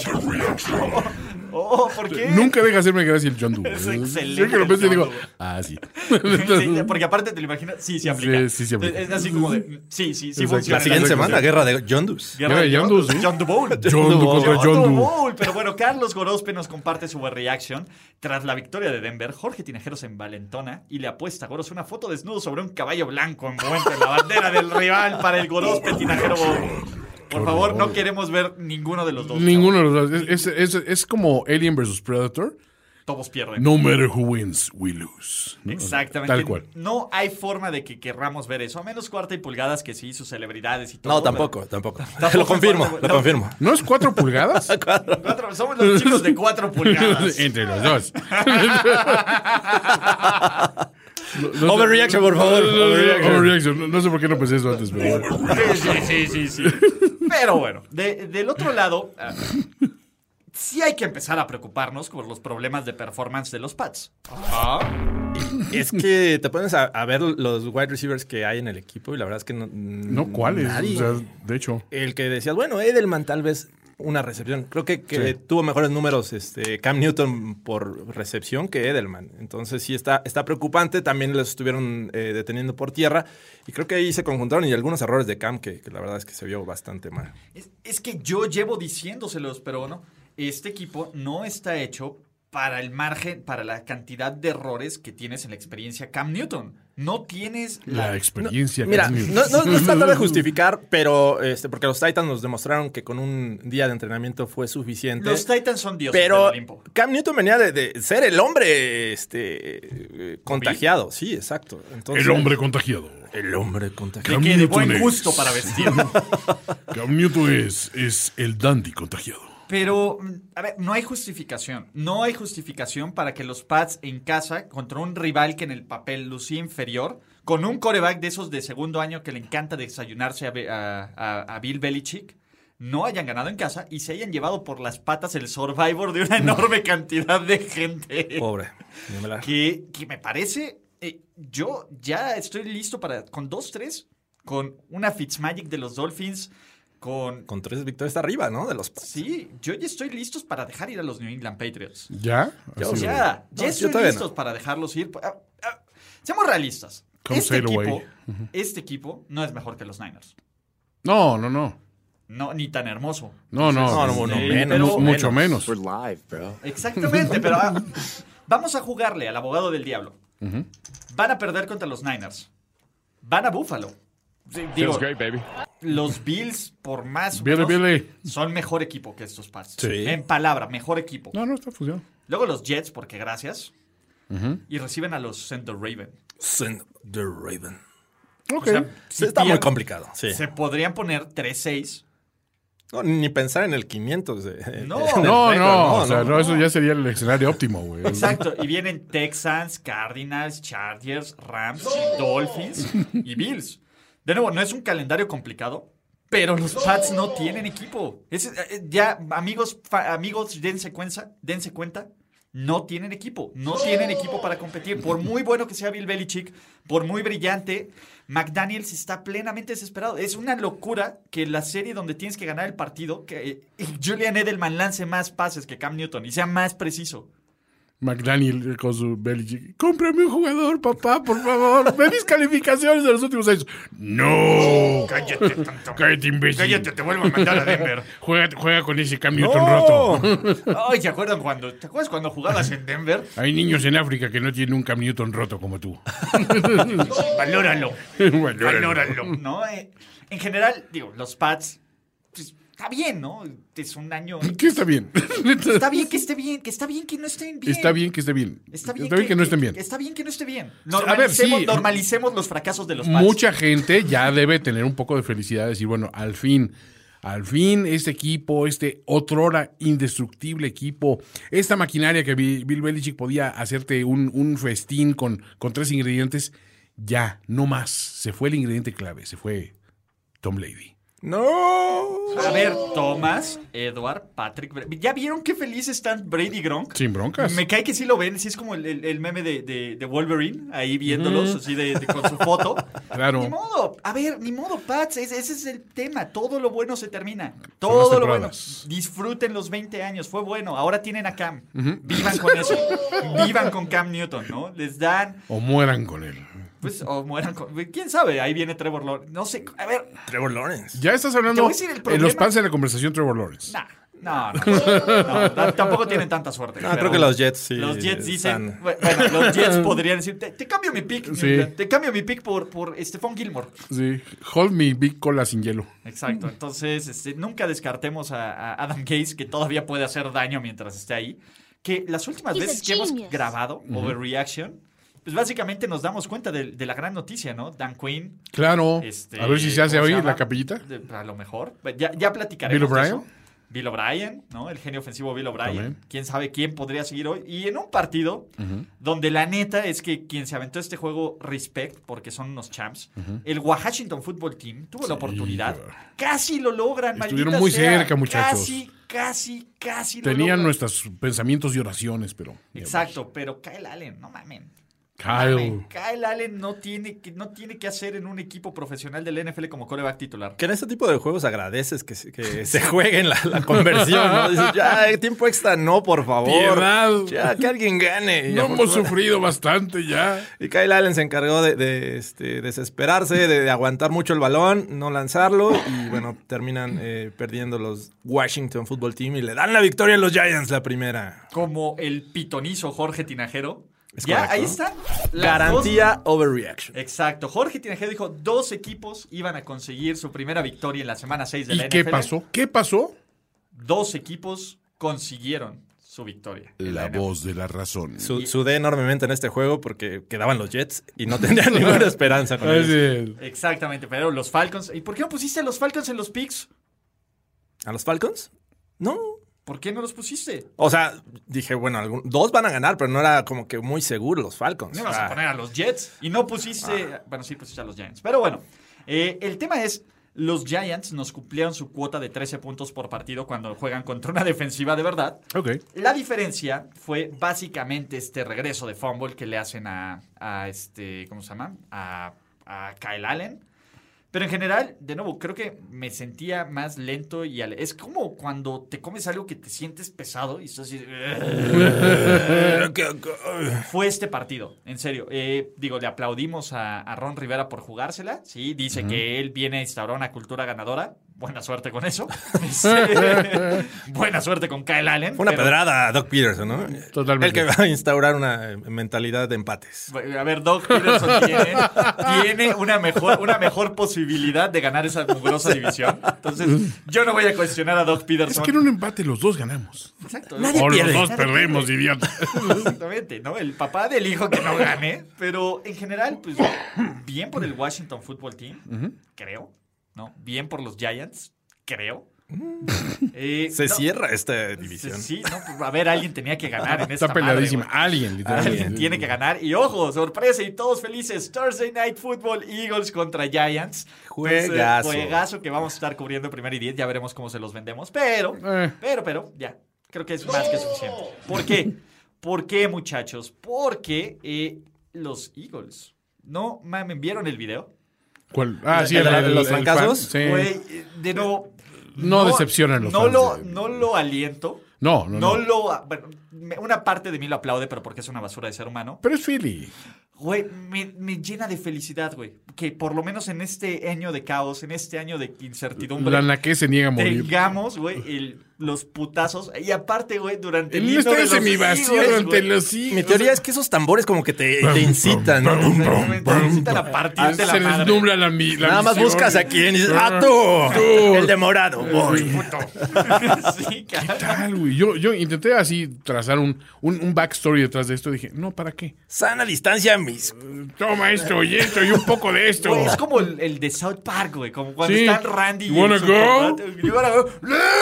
Oh, ¿por qué? Nunca deja hacerme gracia el John Doe. Es excelente Siempre lo pienso y el digo, John Doe. ah, sí. Sí, porque aparte te lo imaginas, sí, sí aplica. Sí, sí, sí aplica. Es así como de, sí, sí, sí Exacto. funciona. La siguiente Exacto. semana, guerra de John Does. Guerra de Guerra de John Doe, sí. John Doe. John Doe contra John John Doe. Doe. Pero bueno, Carlos Gorospe nos comparte su reaction. Tras la victoria de Denver, Jorge Tinajero se envalentona y le apuesta a Goros una foto desnudo sobre un caballo blanco envuelto en la bandera del rival para el Gorospe Tinajero Bowl. Por favor, no queremos ver ninguno de los dos. Ninguno de los dos. Es, es, es, es como Alien versus Predator. Todos pierden. No matter who wins, we lose. ¿no? Exactamente. Tal cual. No hay forma de que querramos ver eso. A menos cuarta y pulgadas, que sí, sus celebridades y todo. No, pero- tampoco, tampoco. Tampoco Lo confirmo, es cuatro, lo no. confirmo. ¿No es cuatro pulgadas? Cuatro- somos los chicos de cuatro pulgadas. Entre los dos. No- no sé- Overreaction, por favor. No, no, no, Overreaction. overreaction. No, no sé por qué no pensé eso antes, pero bueno. Sí, sí, sí, sí, sí. Pero bueno, de- del otro lado, ah, sí hay que empezar a preocuparnos por los problemas de performance de los Pats. Es que te pones a, a ver los wide receivers que hay en el equipo y la verdad es que no. No, ¿cuáles? nadie. O sea, de hecho. El que decías, bueno, Edelman tal vez una recepción. Creo que, que Sí. tuvo mejores números este, Cam Newton por recepción que Edelman. Entonces sí está, está preocupante. También los estuvieron eh, deteniendo por tierra. Y creo que ahí se conjuntaron y algunos errores de Cam que, que la verdad es que se vio bastante mal. Es, es que yo llevo diciéndoselos, pero no. Este equipo no está hecho para el margen, para la cantidad de errores que tienes en la experiencia Cam Newton. No tienes La la... experiencia. Mira, Cam Newton. no, no, no es tratar de justificar, pero este, porque los Titans nos demostraron que con un día de entrenamiento fue suficiente. Los Titans son dioses Pero del Olimpo. Cam Newton venía de, de ser el hombre este, eh, contagiado. Sí, exacto. Entonces, El hombre contagiado. El hombre contagiado. Cam Que de Newton buen es- gusto para vestir. Cam Newton es, es el dandy contagiado. Pero, mm, a ver, no hay justificación. No hay justificación para que los Pats en casa, contra un rival que en el papel lucía inferior, con un quarterback de esos de segundo año que le encanta desayunarse a, Be- a- a- a Bill Belichick, no hayan ganado en casa y se hayan llevado por las patas el Survivor de una enorme cantidad de gente. Pobre. dímela. Que, que me parece, eh, yo ya estoy listo para, con dos tres, con una Fitzmagic de los Dolphins, con... Con tres victorias está arriba, ¿no? De los Pats. Sí, yo ya estoy listos para dejar ir a los New England Patriots. ¿Ya? Yo Así sí. lo- Ya, ya No, yo estoy todavía listos no. para dejarlos ir. Ah, ah, seamos realistas. Come Este sail equipo, away. este equipo no es mejor que los Niners. No, no, no. No, ni tan hermoso. No, no. No, no, no, Sí, menos, pero- Mu- mucho menos. live, bro. Exactamente, pero ah, vamos a jugarle al abogado del diablo. Van a perder contra los Niners. Van a Buffalo. Sí, digo, los Bills, por más o Billy, menos, Billy. son mejor equipo que estos Pats. Sí. En palabra, mejor equipo. No, no está fusionado. Luego los Jets, porque gracias. Y reciben a los Send the Raven. Send the Raven. Ok. O sea, si está muy pierden, complicado. Sí. Se podrían poner tres seis. No, ni pensar en el quinientos. De, No. en el no, récord, no, o sea, no, eso ya sería el escenario óptimo, güey. Exacto. Y vienen Texans, Cardinals, Chargers, Rams, Dolphins y Bills. De nuevo, no es un calendario complicado, pero los Pats no tienen equipo. Es, eh, ya, amigos, fa- amigos, dense cuenta, dense cuenta. No tienen equipo, no tienen equipo para competir. Por muy bueno que sea Bill Belichick, por muy brillante, McDaniels está plenamente desesperado. Es una locura que la serie donde tienes que ganar el partido, que eh, Julian Edelman lance más pases que Cam Newton y sea más preciso. McDaniel con su Belichick. Cómprame un jugador, papá, por favor. Ve mis calificaciones de los últimos años. ¡No! Cállate, tanto. Cállate, imbécil. Cállate, te vuelvo a mandar a Denver. Juega, juega con ese Cam Newton roto. Ay, ¿te acuerdas cuando, ¿te acuerdas cuando jugabas en Denver? Hay niños en África que no tienen un Cam Newton roto como tú. Valóralo. Valóralo. Valóralo. ¿No? Eh, en general, digo, los Pats, pues, está bien, ¿no? Es un año... ¿Qué está bien? Está bien que esté bien, que está bien que no estén bien. Está bien que esté bien. Está bien, está bien que, que no estén bien. Está bien que no esté bien. A ver, sí. Normalicemos, normalicemos los fracasos de los Pats. Mucha gente ya debe tener un poco de felicidad de decir, bueno, al fin, al fin este equipo, este otrora indestructible equipo, esta maquinaria que Bill Belichick podía hacerte un, un festín con, con tres ingredientes, ya, no más. Se fue el ingrediente clave, se fue Tom Brady. ¡No! A ver, Thomas, Edward, Patrick. ¿Ya vieron qué feliz están Brady y Gronk? Sin broncas. Me cae que sí lo ven. Sí es como el, el, el meme de, de, de Wolverine, ahí viéndolos, mm. así de, de, con su foto. Claro. Ni modo. A ver, ni modo, Pats. Ese, ese es el tema. Todo lo bueno se termina. Todo lo bueno. Disfruten los veinte años. Fue bueno. Ahora tienen a Cam. Uh-huh. Vivan con eso. Vivan con Cam Newton, ¿no? Les dan... O mueran con él. Pues, o mueran con... ¿Quién sabe? Ahí viene Trevor Lawrence. No sé. A ver. Trevor Lawrence. Ya estás hablando en los Pats de la conversación Trevor Lawrence. Nah. No, no, no, no, tampoco tienen tanta suerte. No, creo que los Jets sí. Los Jets dicen, están... bueno, los Jets podrían decir, te, te cambio mi pick, sí. te cambio mi pick por, por Stephon Gilmore. Sí, hold me big cola sin hielo. Exacto, entonces este, nunca descartemos a, a Adam Gase, que todavía puede hacer daño mientras esté ahí. Que las últimas He's veces que hemos grabado uh-huh. Overreaction, pues básicamente nos damos cuenta de, de la gran noticia, ¿no? Dan Quinn. Claro, este, a ver si se hace hoy se la capillita. A lo mejor, ya, ya platicaremos. Bill O'Brien. De eso. Bill O'Brien, ¿no? El genio ofensivo Bill O'Brien. También. Quién sabe quién podría seguir hoy. Y en un partido uh-huh. donde la neta es que quien se aventó este juego, respect, porque son unos champs, uh-huh. el Washington Football Team tuvo sí, la oportunidad. Pero... Casi lo logran, estuvieron muy sea. cerca, muchachos. Casi, casi, casi Tenían lo logran. nuestros pensamientos y oraciones, pero... Exacto, pero Kyle Allen, no mamen. Kyle. Kyle Allen no tiene, que, no tiene que hacer en un equipo profesional del N F L como quarterback titular. Que en este tipo de juegos agradeces que, que se jueguen la, la conversión, ¿no? Dices, ya, tiempo extra, no, por favor. Piedad. Ya, que alguien gane. No hemos sufrido bastante ya. Y Kyle Allen se encargó de, de este, desesperarse, de, de aguantar mucho el balón, no lanzarlo, y bueno, terminan eh, perdiendo los Washington Football Team y le dan la victoria a los Giants la primera. Como el pitonizo Jorge Tinajero. Es ya, correcto. Ahí están. Garantía dos... overreaction. Exacto. Jorge Tinajero dijo, dos equipos iban a conseguir su primera victoria en la semana seis de la ¿Y N F L. qué pasó? ¿Qué pasó? Dos equipos consiguieron su victoria. La, la voz de la razón. Su, sudé enormemente en este juego porque quedaban los Jets y no tenían ninguna esperanza con ellos. Exactamente, pero los Falcons... ¿Y por qué no pusiste a los Falcons en los picks? ¿A los Falcons? No. ¿Por qué no los pusiste? O sea, dije, bueno, algún, dos van a ganar, pero no era como que muy seguro los Falcons. No ibas ah. a poner a los Jets y no pusiste... Ah. Bueno, sí pusiste a los Giants. Pero bueno, eh, el tema es, los Giants nos cumplieron su cuota de trece puntos por partido cuando juegan contra una defensiva de verdad. Okay. La diferencia fue básicamente este regreso de fumble que le hacen a, a este, ¿cómo se llama? A, a Kyle Allen. Pero en general, de nuevo, creo que me sentía más lento y ale- es como cuando te comes algo que te sientes pesado y estás así... Fue este partido, en serio. Eh, digo, le aplaudimos a, a Ron Rivera por jugársela. Sí, dice uh-huh. que él viene a instaurar una cultura ganadora. Buena suerte con eso. Buena suerte con Kyle Allen. Fue una pero... pedrada a Doug Peterson, ¿no? Totalmente. El que va a instaurar una mentalidad de empates. A ver, Doug Peterson tiene, tiene una, mejor, una mejor posibilidad de ganar esa mugrosa división. Entonces, yo no voy a cuestionar a Doug Peterson. Es que en un empate los dos ganamos. Exacto. Nadie o pierde. Los dos Nadie perdemos, pierde. Idiota. Exactamente, ¿no? El papá del hijo que no gane. Pero en general, pues, bien por el Washington Football Team, uh-huh. creo. ¿No? Bien por los Giants, creo. Eh, se no, cierra esta división. Sí, no, pues, a ver, alguien tenía que ganar en esta Está peleadísima. Madre, alguien, literalmente. Alguien tiene que ganar. Y ojo, sorpresa y todos felices. Thursday Night Football, Eagles contra Giants. Juegazo. Entonces, juegazo que vamos a estar cubriendo primero y diez. Ya veremos cómo se los vendemos. Pero, eh. pero, pero, ya. Creo que es más que suficiente. ¿Por qué? ¿Por qué, muchachos? Porque eh, los Eagles, no mames, ¿vieron el video? ¿Cuál? Ah, sí, el, el, el, los el fracasos. Sí. Güey, de nuevo, no, no decepcionan los no fans lo, de- no lo aliento. No, no, No no. lo... Bueno, me- una parte de mí lo aplaude, pero porque es una basura de ser humano. Pero es Philly. Güey, me, me llena de felicidad, güey. Que por lo menos en este año de caos, en este año de incertidumbre... La naque se niega a morir. Tengamos, güey, el- los putazos. Y aparte, güey, durante el El himno está de en los semivacío Eagles, durante güey. los siglos. Mi teoría es que esos tambores como que te, te incitan, ¿no? Exactamente, necesitan a partir de la Se les madre. nubla la, mi- la Nada más visión. buscas a quién y dices, ¡ah, tú! Tú. El de morado, voy. Sí, ¿Qué cara. tal, güey? Yo, yo intenté así trazar un, un, un backstory detrás de esto. Dije, no, ¿para qué? Sana distancia, mis... Toma esto y esto y un poco de esto. Güey, es como el, el de South Park, güey. Como cuando Sí. están Randy y You wanna el go? Superman. You wanna go?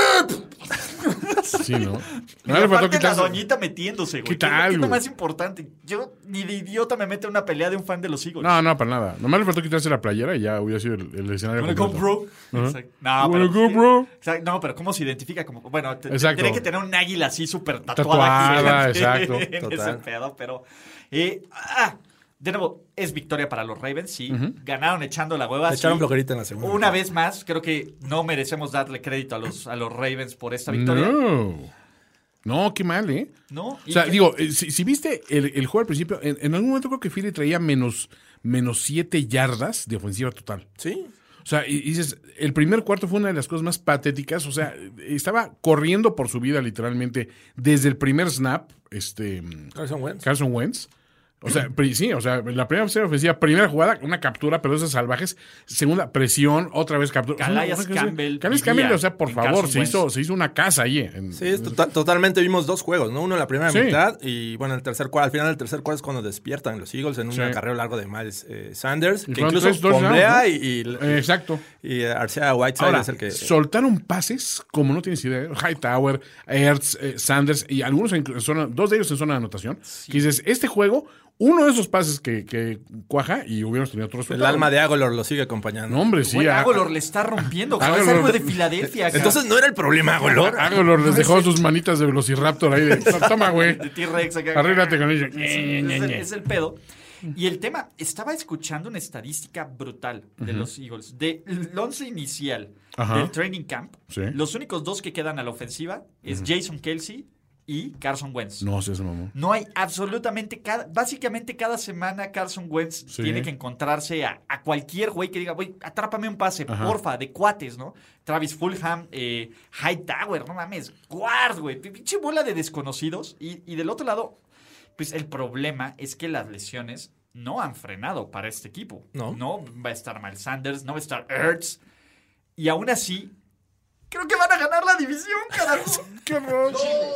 Sí, ¿no? Y Nada le faltó aparte la quitarse- doñita metiéndose, güey. ¿Qué tal, ¿Qué es lo güey? más importante? Yo ni de idiota me meto en una pelea de un fan de los Eagles. No, no, para nada. Nomás le faltó quitarse la playera y ya hubiera sido el, el escenario. You wanna go, completo. bro? Ajá. Exacto. No, You pero, wanna go, bro? Exacto. No, pero ¿cómo se identifica? Como, bueno, te- Exacto. tiene que tener un águila así súper tatuada. Tatuada, aquí, exacto. En ese Total. pedo, pero... eh, ah, de nuevo, es victoria para los Ravens, sí. Ganaron echando la hueva. Le sí. echaron flojerita en la segunda. Una vez más, creo que no merecemos darle crédito a los, a los Ravens por esta victoria. No. No, qué mal, ¿eh? ¿No? O Y sea, que- digo, eh, si, si viste el, el juego al principio, en, en algún momento creo que Philly traía menos, menos siete yardas de ofensiva total. Sí. O sea, y, y dices, el primer cuarto fue una de las cosas más patéticas. O sea, estaba corriendo por su vida literalmente desde el primer snap, este Carson Wentz. Carson Wentz. O sea, pri- sí, o sea, la primera serie ofensiva, primera jugada, una captura, pero esas salvajes. Segunda, presión, otra vez captura. Calais O sea, una- Campbell Calais vivía Campbell, o sea, por en favor, Carson se hizo, Wentz. se hizo una casa ahí. en- Sí, es tota- totalmente vimos dos juegos, ¿no? Uno en la primera Sí. mitad y bueno, el tercer cuarto, al final del tercer cuarto es cuando despiertan los Eagles en un Sí. acarreo largo de Miles eh, Sanders, Y que fueron incluso tres touchdowns, pomblea ¿no? y, y, Eh, exacto. y eh, Arcea Whiteside Ahora, es el que... soltaron pases como no tienes idea. Hightower, Ertz, eh, Sanders y algunos en zona, dos de ellos en zona de anotación. Que dices, este juego, uno de esos pases que, que cuaja y hubiéramos tenido otro El resultado. alma de Agolor lo sigue acompañando. No, hombre, sí. Güey, a- Agolor le está rompiendo. Agolor- Es algo de Filadelfia. acá. Entonces no era el problema, Agolor. Agolor les dejó sus manitas de Velociraptor ahí. De, toma, güey. De T-Rex acá. Arréglate con ello. Es, es el, es el pedo. Y el tema, estaba escuchando una estadística brutal de los Eagles. Del once inicial Ajá. del training camp, Sí. los únicos dos que quedan a la ofensiva es Jason Kelsey y Carson Wentz. No, sí, ese mamón. No hay absolutamente cada, básicamente cada semana Carson Wentz Sí. tiene que encontrarse a, a cualquier güey que diga, güey, atrápame un pase, Ajá. porfa, de cuates, ¿no? Travis Fulham, eh, Hightower, no mames, guard, güey, pinche bola de desconocidos. Y, y del otro lado, pues el problema es que las lesiones no han frenado para este equipo. No. No va a estar Miles Sanders, no va a estar Ertz. Y aún así, creo que van a ganar la división, carajo. ¡Qué horror!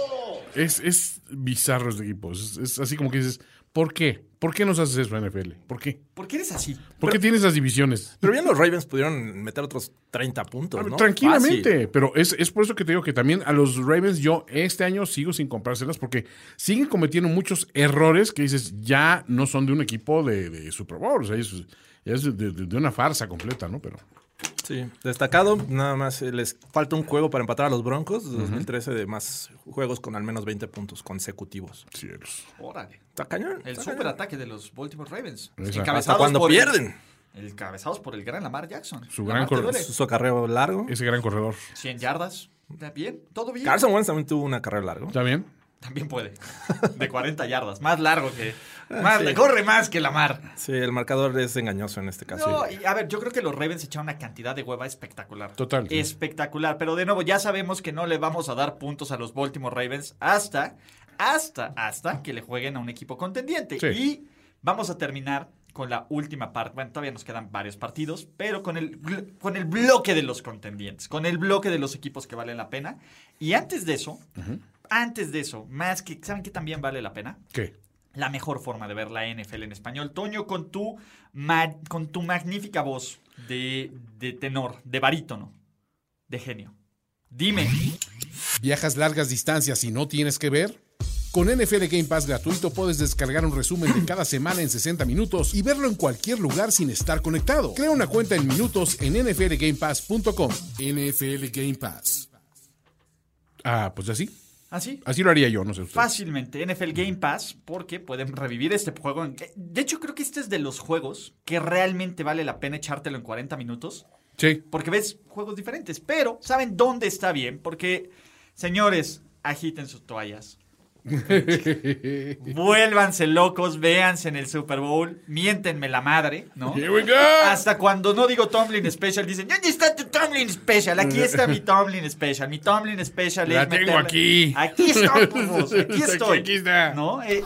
Es, es bizarro este equipo. Es, es así como que dices, ¿por qué? ¿Por qué nos haces eso, N F L? ¿Por qué? ¿Por qué eres así? ¿Por qué tienes esas divisiones? Pero bien los Ravens pudieron meter otros treinta puntos, ¿no? Tranquilamente, Fácil. pero es, es por eso que te digo que también a los Ravens yo este año sigo sin comprárselas porque siguen cometiendo muchos errores que dices ya no son de un equipo de, de Super Bowl, o sea, es, es de, de- de una farsa completa, ¿no? Pero Sí, destacado, nada más eh, les falta un juego para empatar a los Broncos, dos mil trece de más juegos con al menos veinte puntos consecutivos. cielos. Órale. Está cañón. El está super cañón. ataque de los Baltimore Ravens. Exacto. Encabezados Hasta cuando por el- pierden. El, encabezados por el gran Lamar Jackson. Su Lamar, gran ¿te cor- duele? Su acarreo largo. Ese gran corredor. cien yardas. ¿Está bien? ¿Todo bien? Carson Wentz también tuvo un acarreo largo. ¿Está bien? También puede. De cuarenta yardas. Más largo que... Más, Corre más que Lamar. Sí, el marcador es engañoso en este caso. No, y a ver, yo creo que los Ravens echaron una cantidad de hueva espectacular. Total, sí. Espectacular. Pero de nuevo, ya sabemos que no le vamos a dar puntos a los Baltimore Ravens hasta, hasta, hasta que le jueguen a un equipo contendiente. Sí. Y vamos a terminar con la última parte. Bueno, todavía nos quedan varios partidos, pero con el, con el bloque de los contendientes, con el bloque de los equipos que valen la pena. Y antes de eso, antes de eso, más que, ¿saben qué también vale la pena? ¿Qué? La mejor forma de ver la N F L en español. Toño, con tu, ma- con tu magnífica voz de, de tenor, de barítono, de genio. Dime, ¿Viajas largas distancias y no tienes que ver? Con N F L Game Pass gratuito puedes descargar un resumen de cada semana en sesenta minutos y verlo en cualquier lugar sin estar conectado. Crea una cuenta en minutos en N F L Game Pass punto com. N F L Game Pass. Ah, pues así. así, Así lo haría yo, no sé usted. fácilmente, N F L Game Pass, porque pueden revivir este juego. En- de hecho, creo que este es de los juegos que realmente vale la pena echártelo en cuarenta minutos. Sí. Porque ves juegos diferentes, pero saben dónde está bien, porque, señores, agiten sus toallas. Vuélvanse locos, véanse en el Super Bowl, miéntenme la madre, ¿no? Here we go. Hasta cuando no digo Tomlin Special, dicen, ¿dónde está tu Tomlin Special? Aquí está mi Tomlin Special. Mi Tomlin Special La es tengo meterle- aquí. Aquí estoy, perros, aquí estoy. Aquí está. ¿No? Eh,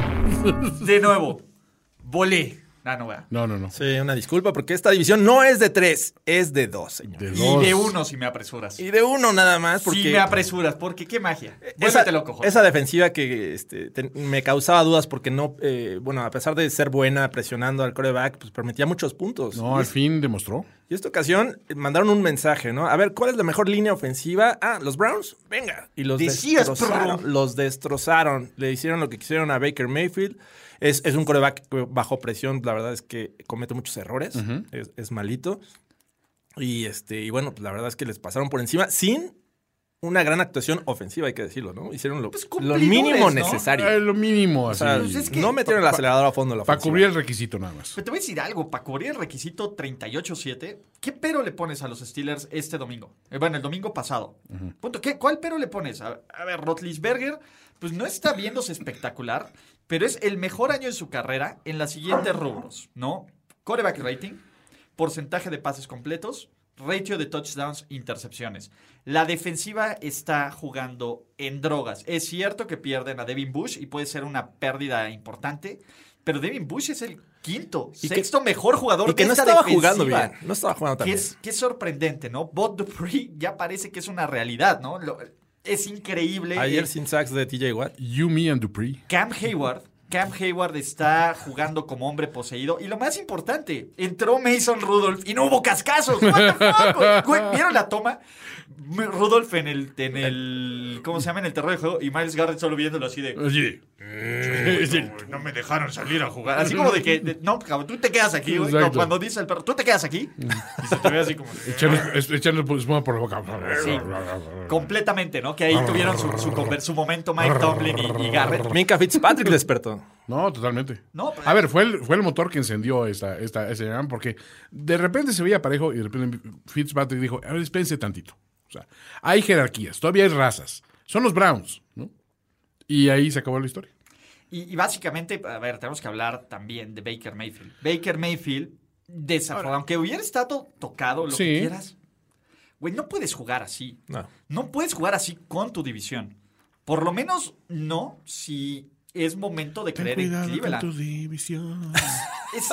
de nuevo, volé. Ah, no, vea. No, no, no. Sí, una disculpa, porque esta división no es de tres, es de dos, señor. De Y dos. de uno si me apresuras. Y de uno nada más, porque... Si me apresuras, porque qué magia. Esa, Vuélvete loco, Jorge. esa defensiva que este, te- me causaba dudas porque no, eh, bueno, a pesar de ser buena presionando al quarterback, pues permitía muchos puntos. No, y, al es- fin demostró. y esta ocasión eh, mandaron un mensaje, ¿no? A ver, ¿cuál es la mejor línea ofensiva? Ah, los Browns, venga. Y los Decías, destrozaron, perro. los destrozaron. Le hicieron lo que quisieron a Baker Mayfield. Es, es un quarterback bajo presión, la verdad es que comete muchos errores, es, es malito. Y este, y bueno, pues la verdad es que les pasaron por encima sin una gran actuación ofensiva, hay que decirlo, ¿no? Hicieron lo, Pues lo cumplidores, mínimo ¿no? necesario. Eh, lo mínimo, O así. sea, Pues es que- no metieron el acelerador a fondo la Para ofensiva. cubrir el requisito nada más. Pero te voy a decir algo, para cubrir el requisito treinta y ocho siete, ¿qué pero le pones a los Steelers este domingo? Eh, bueno, el domingo pasado. Punto. ¿Qué, ¿Cuál pero le pones? A, a ver, Roethlisberger, pues no está viéndose espectacular, pero es el mejor año de su carrera en las siguientes rubros, ¿no? Quarterback rating, porcentaje de pases completos, ratio de touchdowns, intercepciones. La defensiva está jugando en drogas. Es cierto que pierden a Devin Bush y puede ser una pérdida importante, pero Devin Bush es el quinto, Y que- sexto mejor jugador Y que de no esta estaba defensiva. jugando bien. No estaba jugando tan Que bien. es, que es sorprendente, ¿no? Bud Dupree ya parece que es una realidad, ¿no? Lo- es increíble. Ayer Eh, sin sacks de T J Watt. You, me and Dupree. Cam Hayward. Cam Hayward está jugando como hombre poseído. Y lo más importante, entró Mason Rudolph y no hubo cascazos. What the fuck, güey? Güey, ¿vieron la toma? M- Rudolph en el, en el. ¿Cómo se llama? En el terreno de juego. Y Miles Garrett solo viéndolo así de. Oye. No me dejaron salir a jugar. Así como de que. de- no, cabrón, tú te quedas aquí, güey. No, Exacto. cuando dice el perro, tú te quedas aquí. Y se te ve así como. de- Echando, es- echando espuma por la boca. Sí, completamente, ¿no? Que ahí tuvieron su, su, conver- su momento Mike Tomlin y, y Garrett. Minka Fitzpatrick despertó. No, totalmente. No, A ver, fue el, fue el motor que encendió esta, esta, ese jam, porque de repente se veía parejo y de repente Fitzpatrick dijo, a ver, espérense tantito. O sea, hay jerarquías, todavía hay razas. Son los Browns, ¿no? Y ahí se acabó la historia. Y, y básicamente, a ver, tenemos que hablar también de Baker Mayfield. Baker Mayfield, desafortunado, aunque hubiera estado tocado, lo Sí. que quieras, güey, no puedes jugar así. No. No puedes jugar así con tu división. Por lo menos no si es momento de creer en Cleveland. división. Es-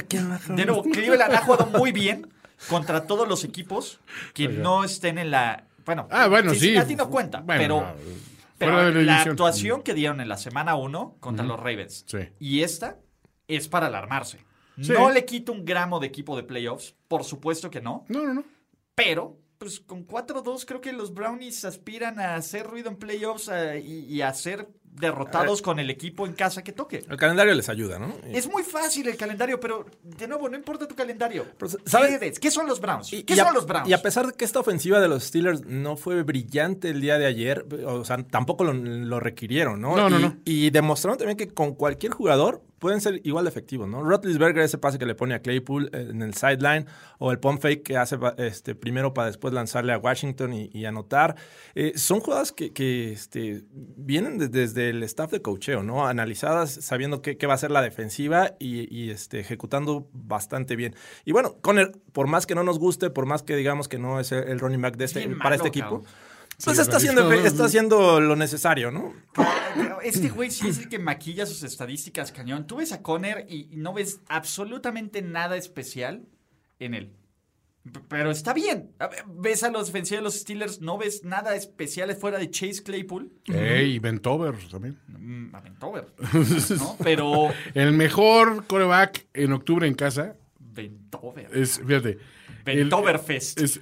de nuevo, Cleveland ha jugado muy bien contra todos los equipos que no estén en la... Bueno, Ah, bueno, sí. Cincinnati no cuenta, Bueno, pero... no, Pero fuera de la, la división. actuación que dieron en la semana uno contra los Ravens Sí. y esta es para alarmarse. Sí. No le quito un gramo de equipo de playoffs, por supuesto que no, No, no, no. pero pues con cuatro dos creo que los Brownies aspiran a hacer ruido en playoffs eh, y, y a ser derrotados con el equipo en casa que toque. El calendario les ayuda, ¿no? Y- Es muy fácil el calendario, pero de nuevo, no importa tu calendario. Pero, ¿sabes? ¿Qué eres? ¿Qué son los Browns? Y- ¿Qué y a- son los Browns? Y a pesar de que esta ofensiva de los Steelers no fue brillante el día de ayer, o sea, tampoco lo, lo requirieron, ¿no? No, no, y, no. y demostraron también que con cualquier jugador pueden ser igual de efectivos, ¿no? Roethlisberger, ese pase que le pone a Claypool eh, en el sideline, o el pump fake que hace este, primero para después lanzarle a Washington y, y anotar. Eh, son jugadas que, que este, vienen de- desde el staff de coacheo, ¿no? Analizadas, sabiendo qué, qué va a ser la defensiva y, y, este, ejecutando bastante bien. Y bueno, Conner, por más que no nos guste, por más que digamos que no es el, el running back de este, Bien para malo, este equipo, cabrón. pues Sí, está, es haciendo, verdad. está haciendo lo necesario, ¿no? Este güey sí es el que maquilla sus estadísticas cañón. Tú ves a Conner y no ves absolutamente nada especial en él. P- Pero está bien. A ver, ves a los defensivos de los Steelers, no ves nada especial fuera de Chase Claypool. Ey, y Bentover también. Mm, a Bentover, ¿no? Pero El mejor coreback en octubre en casa Bentover. es, fíjate. el- Bentoverfest. es-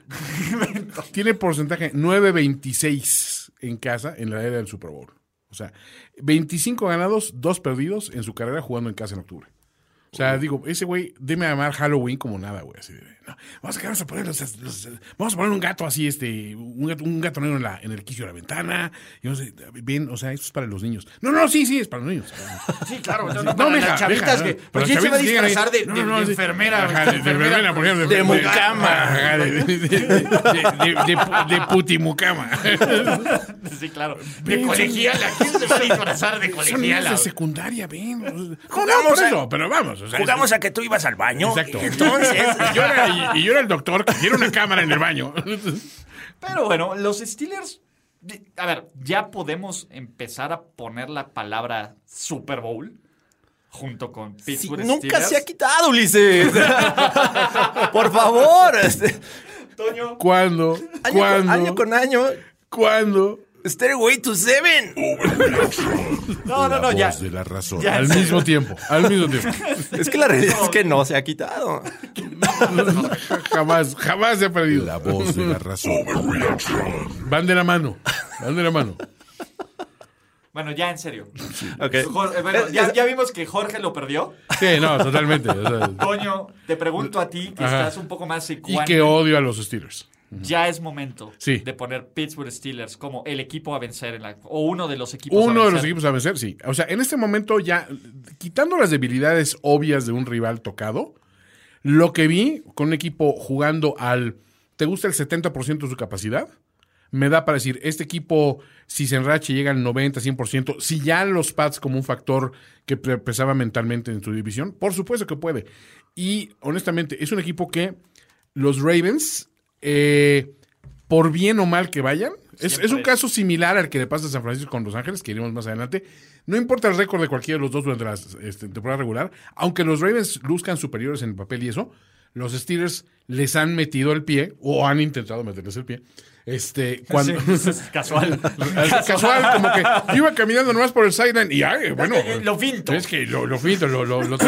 tiene porcentaje nueve veintiséis en casa en la era del Super Bowl. O sea, veinticinco ganados, dos perdidos en su carrera jugando en casa en octubre. O sea, digo, ese güey, deme a amar Halloween como nada, güey. Así de, no, vamos a quedarnos a poner los, los- vamos a poner un gato así, este, un gato, un gato negro en, la, en el quicio de la ventana. Y no sé, bien, o sea, esto es para los niños. No, no, sí, sí, es para los niños. Sí, claro. No, no, No, para mija, las chavitas mija, que... para ¿Por las quién se va a chavitas que llegan ahí. disfrazar de, No, de- no, de sí. enfermera? Ajá, de, de enfermera, por ejemplo. De mucama. Ajá, de, de, de, de, de- de putimucama. Sí, claro. De colegiala. ¿Quién se va a disfrazar de Son niños colegiala? de secundaria, ven. No, no, Jugamos por a- eso, pero vamos. O sea, Jugamos a que tú ibas al baño. Exacto. Y entonces. Y yo, era, y, y yo era el doctor que tiene una cámara en el baño. Pero bueno, los Steelers... A ver, ya podemos empezar a poner la palabra Super Bowl junto con Sí, Pittsburgh nunca Steelers. se ha quitado, Ulises. Por favor. Este, Toño, ¿Cuándo? año, ¿Cuándo? con, año con año. ¿Cuándo? Stairway to Seven. no, no, no, La ya. voz de la razón. Ya. Al mismo tiempo, al mismo tiempo. Es que la realidad es que no se ha quitado. Jamás, jamás se ha perdido. La voz de la razón. Van de la mano, van de la mano. Bueno, ya en serio. Ok. Jorge- bueno, ya, ya vimos que Jorge lo perdió. Sí, no, totalmente. O sea, Toño, te pregunto a ti, que Ajá. estás un poco más y ecuánime. que odio a los Steelers. Ya es momento Sí. de poner Pittsburgh Steelers como el equipo a vencer en la, o uno de los equipos a Uno de los vencer. equipos a vencer, sí. O sea, en este momento ya, quitando las debilidades obvias de un rival tocado, lo que vi con un equipo jugando al, ¿te gusta el setenta por ciento de su capacidad? Me da para decir, este equipo, si se enrache, llega al noventa, cien por ciento. Si ya los Pats como un factor que pe- pesaba mentalmente en su división, por supuesto que puede. Y honestamente, es un equipo que los Ravens, eh, por bien o mal que vayan, es, Siempre es un es. caso similar al que le pasa a San Francisco con Los Ángeles, que iremos más adelante. No importa el récord de cualquiera de los dos durante la este, temporada regular, aunque los Ravens luzcan superiores en el papel y eso, los Steelers les han metido el pie, o han intentado meterles el pie, este, cuando... Sí, eso es casual. Casual, como que yo iba caminando nomás por el sideline y ay, bueno, Eh, lo finto. es que lo, lo finto, lo, lo, lo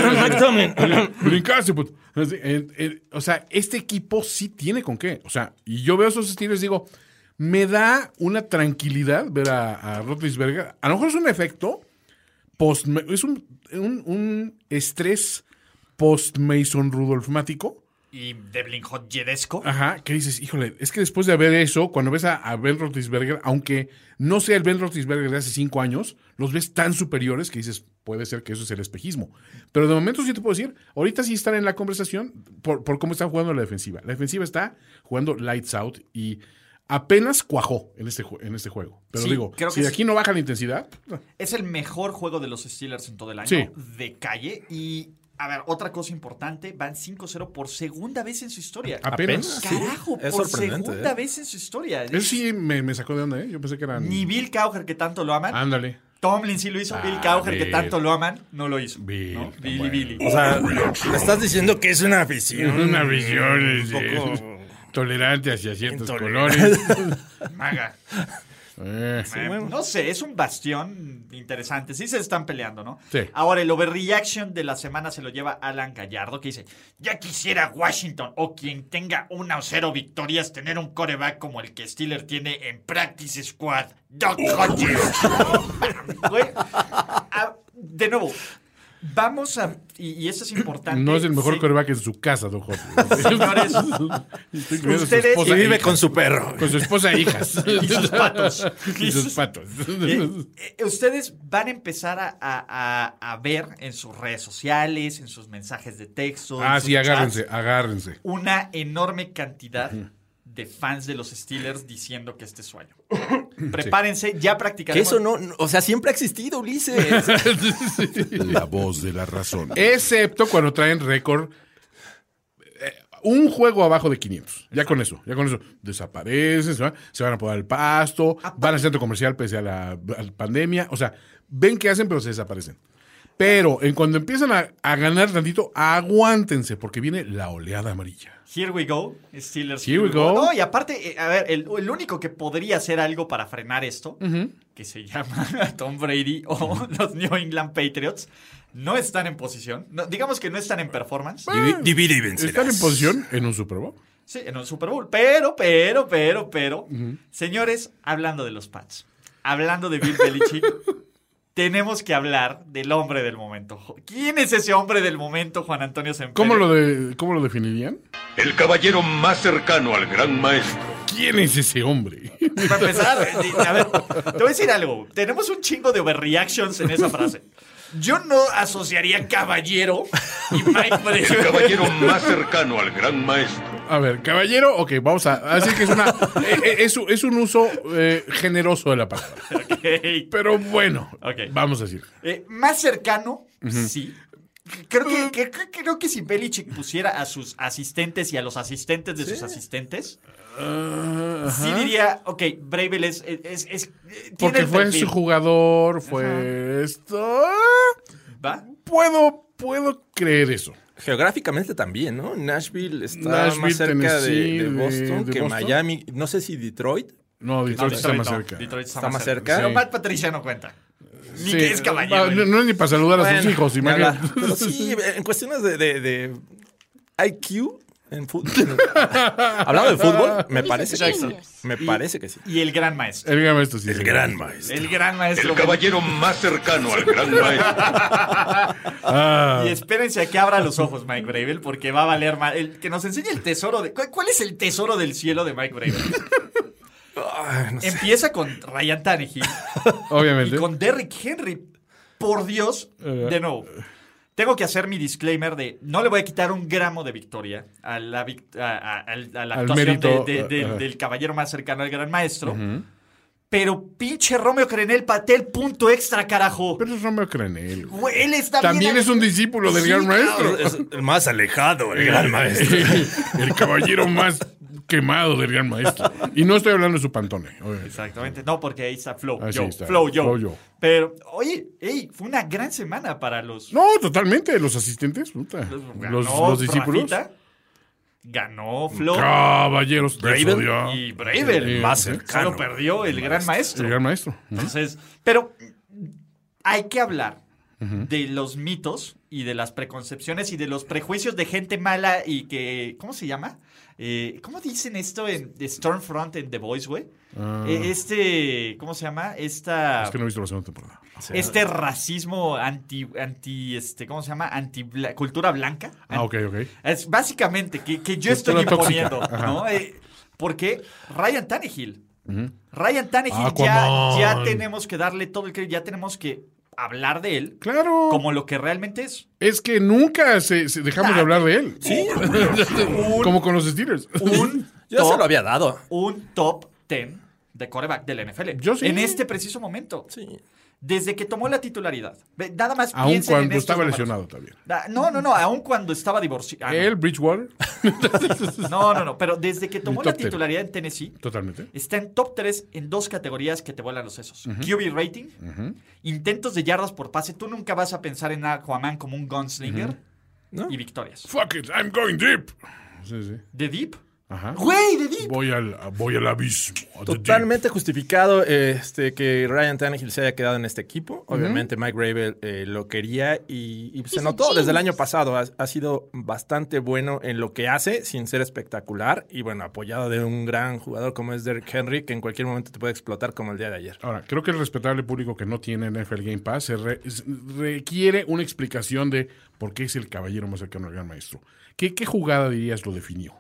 brincaste, puto. Así, eh, eh, o sea, este equipo sí tiene con qué. O sea, y yo veo esos estilos y digo, me da una tranquilidad ver a, a Roethlisberger. A lo mejor es un efecto post, es un, un, un estrés post Mason Rudolph mático. Y Devlin Hodgedesco. Ajá, que dices, híjole, es que después de ver eso, cuando ves a, a Ben Roethlisberger, aunque no sea el Ben Roethlisberger de hace cinco años, los ves tan superiores que dices, puede ser que eso es el espejismo. Pero de momento sí te puedo decir, ahorita sí están en la conversación por, por cómo están jugando la defensiva. La defensiva está jugando lights out y apenas cuajó en este, ju- en este juego. Pero Sí, digo, creo si que de sí. aquí no baja la intensidad, no. Es el mejor juego de los Steelers en todo el año. Sí. De calle. Y, a ver, otra cosa importante. Van cinco cero por segunda vez en su historia. apenas. Sí, Carajo, es por sorprendente, segunda ¿eh? vez en su historia. Eso sí me, me sacó de onda, ¿eh? Yo pensé que eran... Ni Bill Cowher, que tanto lo aman. Ándale. Tomlin sí lo hizo. Bill Ah, Cowher, que Bill. tanto lo aman, no lo hizo. Bill, ¿no? tan Billy, bueno. Billy. O sea, me estás diciendo que es una afición. Una visión este, poco tolerante hacia ciertos intolerante. colores. Maga. Eh, Eh, No sé, es un bastión interesante. Sí se están peleando, ¿no? Sí. Ahora, el overreaction de la semana se lo lleva Alan Gallardo, que dice, ya quisiera Washington o quien tenga una o cero victorias tener un coreback como el que Steeler tiene en Practice Squad. Doc Hodges. Güey, ah, de nuevo, vamos a... Y, y esto es importante. No es el mejor Sí. coreback en su casa, don Jorge. Señores, Estoy incluyendo a su ustedes- esposa Y e vive hijas. con su perro. Con su esposa e hijas. Y sus patos. Y sus patos. Eh, eh, ustedes van a empezar a, a- a- a ver en sus redes sociales, en sus mensajes de texto, en Ah, sus sí, chats, agárrense, agárrense. una enorme cantidad de fans de los Steelers diciendo que este es su año. Prepárense, ya Que practicaremos. eso no, no- o sea, siempre ha existido, Ulises. La voz de la razón. Excepto cuando traen récord. eh, un juego abajo de quinientos. Ya con eso, ya con eso. Desaparecen, se van, se van a podar el pasto, van al centro comercial pese a la, a la pandemia. O sea, ven qué hacen, pero se desaparecen. Pero en cuando empiezan a, a ganar tantito, aguántense, porque viene la oleada amarilla. Here we go, Steelers. Here we go. No, y aparte, eh, a ver, el, el único que podría hacer algo para frenar esto, que se llama Tom Brady o los New England Patriots, no están en posición. No, digamos que no están en performance. Divi- Divide y vencerás. Están en posición en un Super Bowl. Sí, en un Super Bowl. Pero, pero, pero, pero. Señores, hablando de los Pats, hablando de Bill Belichick, tenemos que hablar del hombre del momento. ¿Quién es ese hombre del momento, Juan Antonio Sempere? ¿Cómo lo, de, ¿Cómo lo definirían? El caballero más cercano al gran maestro. ¿Quién es ese hombre? Para empezar, a ver, te voy a decir algo. Tenemos un chingo de overreactions en esa frase. Yo no asociaría caballero y Mike Bravel. El caballero más cercano al gran maestro. A ver, caballero, ok, vamos a, a decir que es una eh, es, es un uso eh, generoso de la palabra. Okay. Pero bueno, Okay. vamos a decir. Eh, más cercano, uh-huh. sí. Creo que, que, que, creo que si Belichick pusiera a sus asistentes y a los asistentes de ¿Sí? sus asistentes, uh, sí diría, ok, Bravel es... es, es, es Porque el fue perfil. su jugador, fue Ajá. esto... ¿Va? Puedo, puedo creer eso. Geográficamente también, ¿no? Nashville está Nashville, más cerca de, de Boston de, de que Boston. Miami. No sé si Detroit. No, Detroit, no, está Detroit más no. cerca. Detroit está, está más cerca. cerca. Pero Sí. Matt Patricia no cuenta. Ni sí. que es caballero. No, no es ni para saludar bueno, a sus hijos. Imagínate. Pero sí, en cuestiones de, de, de I Q, en fútbol. Hablando de fútbol, me parece que sí. Me y, parece que sí. Y el gran maestro. El gran maestro, sí. El sí. gran maestro. El gran maestro. El caballero más cercano al gran maestro. ah. Y espérense a que abra los ojos Mike Bravel, porque va a valer más. El, que nos enseñe el tesoro de. ¿Cuál, cuál es el tesoro del cielo de Mike Bravel? Ay, no sé. Empieza con Ryan Tannehill. Obviamente. Y con Derrick Henry. Por Dios, uh, de nuevo. Tengo que hacer mi disclaimer de no le voy a quitar un gramo de victoria a la, a, a, a la actuación mérito, de, de, de, uh, del caballero más cercano al gran maestro. Uh-huh. Pero pinche Romeo Crenel patea el punto extra, carajo. Pero es Romeo Crenel. Güey, él está También bien es un discípulo del sí, gran maestro. Es el más alejado, el gran maestro. El caballero más quemado del gran maestro. Y no estoy hablando de su pantone. Obviamente. Exactamente. No, porque ahí está Flow. Ah, Joe. Sí está. Flow, Joe. Flow Joe. Pero, oye, hey, fue una gran semana para los... No, totalmente. Los asistentes, puta. Los, los discípulos. Rafita, ganó Flow. Caballeros. Bravel. Y Bravel. Sí, más sí. cercano. Solo perdió el, el gran maestro. El gran maestro. Entonces, pero hay que hablar uh-huh. de los mitos y de las preconcepciones y de los prejuicios de gente mala y que... ¿Cómo se llama? Eh, ¿Cómo dicen esto en Stormfront en The Boys, güey? Uh, eh, este... ¿Cómo se llama? Esta... Es que no he visto la segunda temporada. Este racismo anti... anti este, ¿cómo se llama? Anti cultura blanca. Ah, ok, ok. Es básicamente que, que yo cultura estoy imponiendo, ¿no? Eh, porque Ryan Tannehill... Uh-huh. Ryan Tannehill ah, ya, ya tenemos que darle todo el crédito, ya tenemos que hablar de él claro. como lo que realmente es. Es que nunca se, se dejamos nah, de hablar de él. Sí. un, como con los Steelers. Un Yo top, se lo había dado. Un top diez de quarterback del N F L. Yo sí. En este preciso momento. Sí. Desde que tomó la titularidad. Nada más aún piensen cuando en estaba números. lesionado también. No, no, no. Aún cuando estaba divorciado. Ah, ¿El no. Bridgewater? No, no, no. Pero desde que tomó la titularidad en Tennessee. Totalmente. Está en top tres en dos categorías que te vuelan los sesos. Uh-huh. Q B rating. Uh-huh. Intentos de yardas por pase. Tú nunca vas a pensar en Aquaman como un gunslinger. Uh-huh. ¿No? Y victorias. Fuck it, I'm going deep. Sí, sí. ¿De deep? Ajá. Güey, de deep. Voy al, voy al abismo. Totalmente justificado este, que Ryan Tannehill se haya quedado en este equipo. Obviamente uh-huh. Mike Bravel eh, lo quería y, y se notó desde el año pasado. Ha, ha sido bastante bueno en lo que hace, sin ser espectacular. Y bueno, apoyado de un gran jugador como es Derrick Henry, que en cualquier momento te puede explotar como el día de ayer. Ahora, creo que el respetable público que no tiene N F L Game Pass se re, requiere una explicación de por qué es el caballero más cercano al gran maestro. ¿Qué, qué jugada dirías lo definió?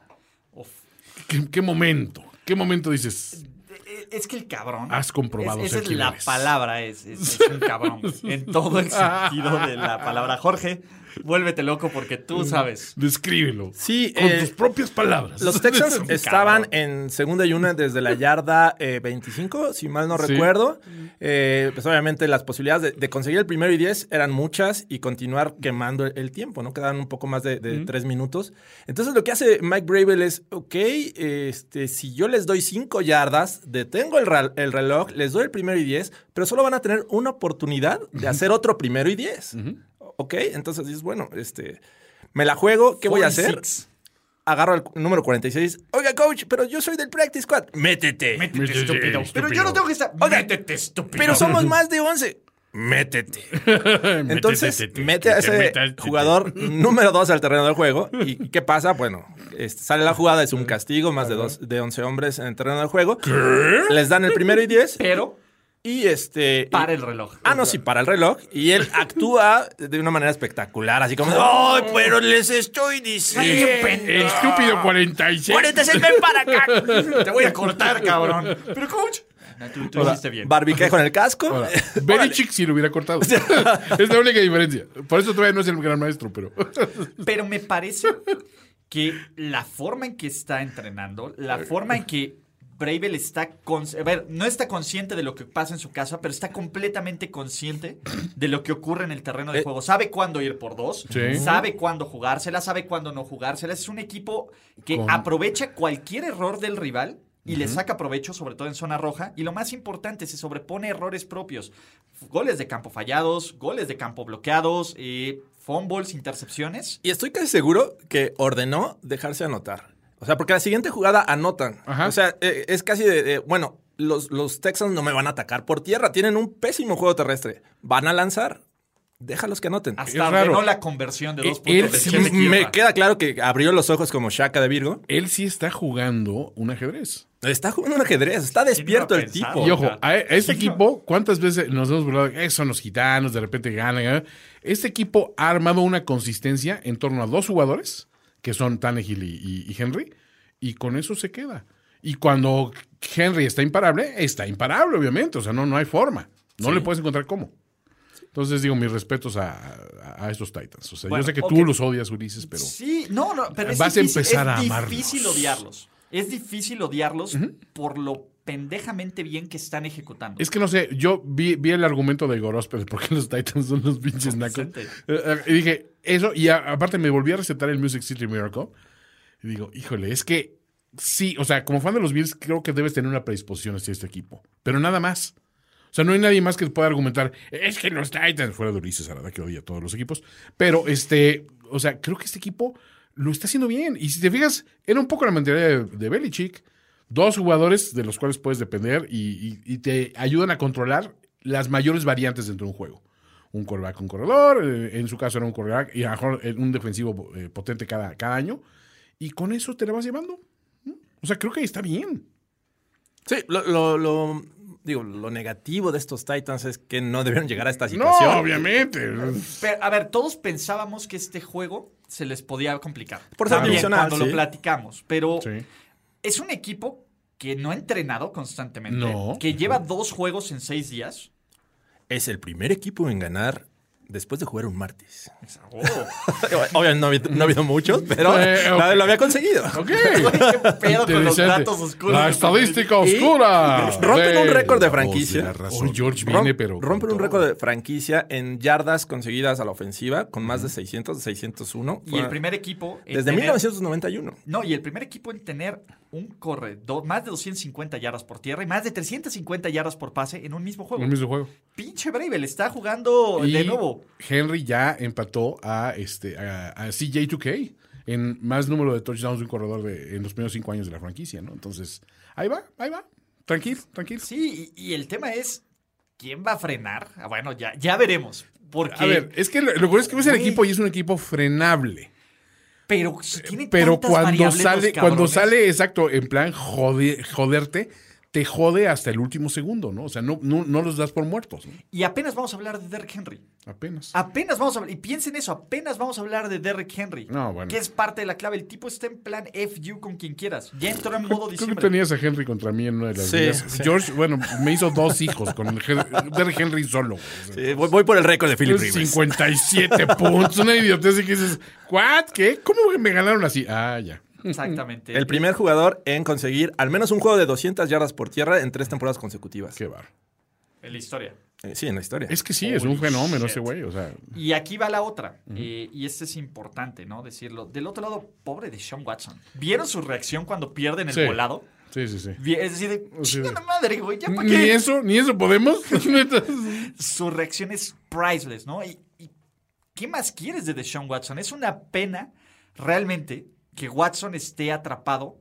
¿Qué, ¿Qué momento? ¿Qué momento dices? Es que el cabrón... Has comprobado es, ser Esa es la eres. palabra, es, es, es un cabrón. En todo el sentido de la palabra. Jorge, vuélvete loco porque tú sabes. Descríbelo. Sí, con eh, tus propias palabras. Los Texans estaban en segunda y una desde la yarda eh, veinticinco, si mal no sí. recuerdo. Eh, pues obviamente las posibilidades de, de conseguir el primero y diez eran muchas y continuar quemando el, el tiempo, ¿no? Quedaban un poco más de, de mm. tres minutos. Entonces lo que hace Mike Bravel es, ok, este, si yo les doy cinco yardas, detengo el, re- el reloj, les doy el primero y diez, pero solo van a tener una oportunidad de hacer otro primero y diez. Uh-huh. Ok, entonces dices, bueno, este, me la juego, ¿qué voy a hacer? Agarro el número cuarenta y seis. Oiga, coach, pero yo soy del practice squad. Métete. Métete, Métete estúpido. estúpido. Pero yo no tengo que estar... Oiga, métete, estúpido. Pero somos más de once. Métete. Entonces, métete, mete a ese métete, jugador número dos al terreno del juego. ¿Y qué pasa? Bueno, este, sale la jugada, es un castigo, más de, dos, de once hombres en el terreno del juego. ¿Qué? Les dan el primero y diez. Pero... Y este... Para y- el reloj. Ah, no, sí, para el reloj. Y él actúa de una manera espectacular, así como, ¡ay, pero les estoy diciendo! Estúpido cuarenta y seis. ¡cuarenta y seis, ven para acá! Te voy a cortar, cabrón. Pero, coach. No, tú tú hiciste bien. Barbiquejo en el casco. Ahora, Belichick sí lo hubiera cortado. Es la única diferencia. Por eso todavía no es el gran maestro, pero... Pero me parece que la forma en que está entrenando, la forma en que Bravel está... Con... A ver, no está consciente de lo que pasa en su casa, pero está completamente consciente de lo que ocurre en el terreno de Eh. juego. Sabe cuándo ir por dos, Sí. sabe cuándo jugársela, sabe cuándo no jugársela. Es un equipo que Con- aprovecha cualquier error del rival y le saca provecho, sobre todo en zona roja. Y lo más importante, se sobrepone a errores propios. Goles de campo fallados, goles de campo bloqueados, eh, fumbles, intercepciones. Y estoy casi seguro que ordenó dejarse anotar. O sea, porque la siguiente jugada anotan. Ajá. O sea, eh, es casi de, de, bueno, los, los Texans no me van a atacar por tierra. Tienen un pésimo juego terrestre. Van a lanzar. Déjalos que anoten. Hasta Es raro. ordenó la conversión de dos Él puntos de sí Chile Me Kirpa. queda claro que abrió los ojos como Shaka de Virgo. Él sí está jugando un ajedrez. Está jugando un ajedrez. Está despierto el pensado? tipo. Y ojo, Ojalá. a, a este equipo, ¿cuántas veces nos hemos burlado? Eh, son los gitanos, de repente ganan. ganan? Este equipo ha armado una consistencia en torno a dos jugadores, que son Tannehill y, y- y Henry, y con eso se queda. Y cuando Henry está imparable, está imparable, obviamente. O sea, no, no hay forma. No le puedes encontrar cómo. Entonces, digo, mis respetos a, a, a estos Titans. O sea, Bueno, yo sé que ok. tú los odias, Ulises, pero... Sí, no, no, pero es Vas a difícil, empezar es a amarlos. difícil odiarlos. Es difícil odiarlos por lo pendejamente bien que están ejecutando. Es que no sé, yo vi, vi el argumento de Gorospe de por qué los Titans son los pinches nacos. Presente. Eh, eh, Y dije, eso, y a- aparte me volví a recetar el Music City Miracle. Y digo, híjole, es que sí, o sea, como fan de los Bills, creo que debes tener una predisposición hacia este equipo. Pero nada más. O sea, no hay nadie más que pueda argumentar, es que los Titans, fuera de Ulises, a la verdad que odia a todos los equipos. Pero, este, o sea, creo que este equipo lo está haciendo bien. Y si te fijas, era un poco la mentalidad de, de Belichick. Dos jugadores de los cuales puedes depender y, y- y te ayudan a controlar las mayores variantes dentro de un juego. Un quarterback, un corredor, eh, en su caso era un quarterback y a lo mejor eh, un defensivo eh, potente cada, cada año. Y con eso te la vas llevando. ¿no? O sea, creo que está bien. Sí, lo, lo, lo- digo, lo negativo de estos Titans es que no debieron llegar a esta No, situación. obviamente. Pero, a ver, todos pensábamos que este juego se les podía complicar. Por ser También divisional, cuando sí. lo platicamos. Pero Sí. es un equipo que no ha entrenado constantemente. No. Que lleva dos juegos en seis días. Es el primer equipo en ganar después de jugar un martes. Oh. Obviamente no, ha habido- no ha habido muchos, pero Eh, ok. lo, lo había conseguido. Ok. ¿Qué pedo con los Interesante. datos oscuros? La estadística oscura. Rompen un récord de la voz franquicia. la razón. Hoy George viene, Rom- pero. Rompen con un todo. récord de franquicia en yardas conseguidas a la ofensiva con más de seiscientos, seiscientos uno. Y Fue el primer equipo... en Desde tener- mil novecientos noventa y uno. No, y el primer equipo en tener un corredor, más de doscientas cincuenta yardas por tierra y más de trescientas cincuenta yardas por pase en un mismo juego. El mismo juego. Pinche Bravel, está jugando Y de nuevo. Henry ya empató a, este, a, a C J dos K en más número de touchdowns de un corredor de, en los primeros cinco años de la franquicia, ¿no? Entonces, ahí va, ahí va. Tranquilo, tranquilo. Sí, y, y el tema es, ¿quién va a frenar? Ah, bueno, ya, ya veremos. Porque, A ver, es que lo, lo curioso es que ves el Güey. equipo y es un equipo frenable. pero si tiene Pero tantas cuando variables los sale, cuando cabrones. sale, exacto, en plan jode- joderte, te jode hasta el último segundo, ¿no? O sea, no, no, no los das por muertos, ¿no? Y apenas vamos a hablar de Derrick Henry. Apenas. Apenas vamos a hablar, y piensen eso, apenas vamos a hablar de Derrick Henry. No, bueno. Que es parte de la clave. El tipo está en plan F U con quien quieras. Ya entró en modo Creo que diciembre. tenías a Henry contra mí en una de las Sí, ligas. sí. George, bueno, me hizo dos hijos con el Hen- Derrick Henry solo. O sea, Sí, voy, voy por el récord de Philip Rivers. cincuenta y siete puntos, una idiotez y que dices, ¿what? ¿Qué? ¿Cómo que me ganaron así? Ah, ya. Exactamente. El primer jugador en conseguir al menos un juego de doscientas yardas por tierra en tres temporadas consecutivas. Qué bar. En la historia. Eh, sí, en la historia. Es que sí, es Holy un fenómeno shit. ese güey, o sea. Y aquí va la otra. eh, y este es importante, ¿no? Decirlo. Del otro lado, pobre de Sean Watson. ¿Vieron su reacción cuando pierden el Sí. volado? Sí, sí, sí. Vi- Es decir, de, Sí. chingada madre, güey, ¿ya para Ni qué? eso, ni eso podemos. Neta. Su reacción es priceless, ¿no? Y, y ¿qué más quieres de Deshaun Watson? Es una pena realmente que Watson esté atrapado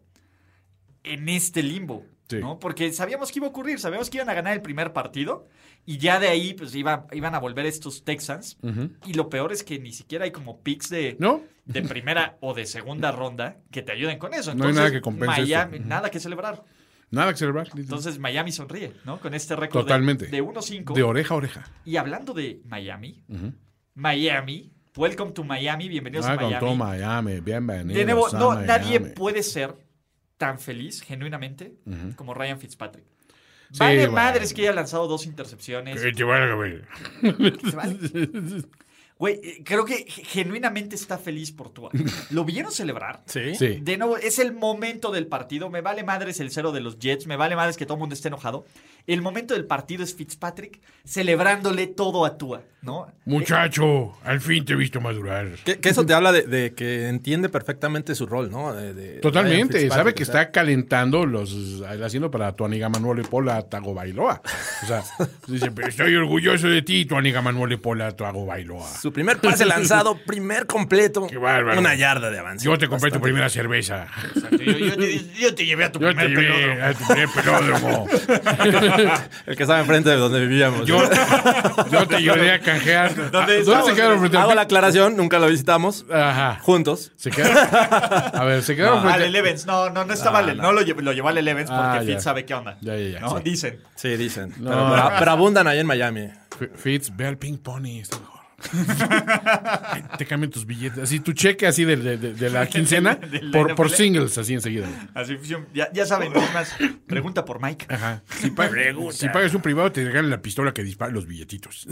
en este limbo, Sí. ¿no? Porque sabíamos que iba a ocurrir, sabíamos que iban a ganar el primer partido y ya de ahí pues iba- iban a volver estos Texans. Y lo peor es que ni siquiera hay como picks de, ¿No? de primera o de segunda ronda que te ayuden con eso. No hay Entonces, nada que compense Miami, esto. nada que celebrar. Nada que celebrar. Entonces Miami sonríe, ¿no? Con este récord Totalmente. de, de uno cinco. De oreja a oreja. Y hablando de Miami, Uh-huh. Miami, welcome to Miami, bienvenidos a Miami. Welcome to Miami, bienvenidos De nuevo, a no, Miami. nadie puede ser tan feliz, genuinamente, Uh-huh. como Ryan Fitzpatrick. Sí, Vale bueno. madres que haya lanzado dos intercepciones. Que te valga, güey. ¿Te vale? Güey, eh, creo que genuinamente está feliz por Tua. ¿Lo vieron celebrar? Sí. Sí. De nuevo, es el momento del partido. Me vale madres el cero de los Jets. Me vale madres que todo el mundo esté enojado. El momento del partido es Fitzpatrick celebrándole todo a Tua, ¿no? Muchacho, al fin te he visto madurar. Que, que eso te habla de, de que entiende perfectamente su rol, ¿no? De, de Totalmente, Ryan Fitzpatrick, sabe que o sea, está calentando los haciendo para tu amiga Manuel Pola Tago Bailoa. O sea, dice, pero estoy orgulloso de ti, tu amiga Manuel Pola Tago Bailoa. Su primer pase lanzado, primer completo. Qué bárbaro. Una yarda de avance. Yo te compré tu Bastante. primera cerveza. Exacto. Yo, yo te, yo te llevé a tu Yo te primer llevé pelódromo. a tu primer pelódromo. El que estaba enfrente de donde vivíamos. Yo, yo te ayudé a canjear. ¿Dónde ¿Dónde estamos? se quedaron frente al Hago pi- la aclaración, nunca lo visitamos. Ajá. Juntos. Se quedaron. A ver, se quedaron Al frente. Evans. No, no, no estaba. No, no lo, llevó, lo llevó al Evans porque Ah, ya. Fitz sabe qué onda. Ya, ya, ya, ¿no? sí. Dicen. Sí, dicen. No. Pero, pero- pero abundan ahí en Miami. F- Fitz, ve al Pink Pony, está mejor. Ay, te cambian tus billetes. Así tu cheque así de, de- de- de la quincena De la por, por N F L. singles, así enseguida. Así, ya, ya saben, es más, pregunta por Mike. Ajá. Si, pa- si pagas un privado, te regalan la pistola que dispara los billetitos.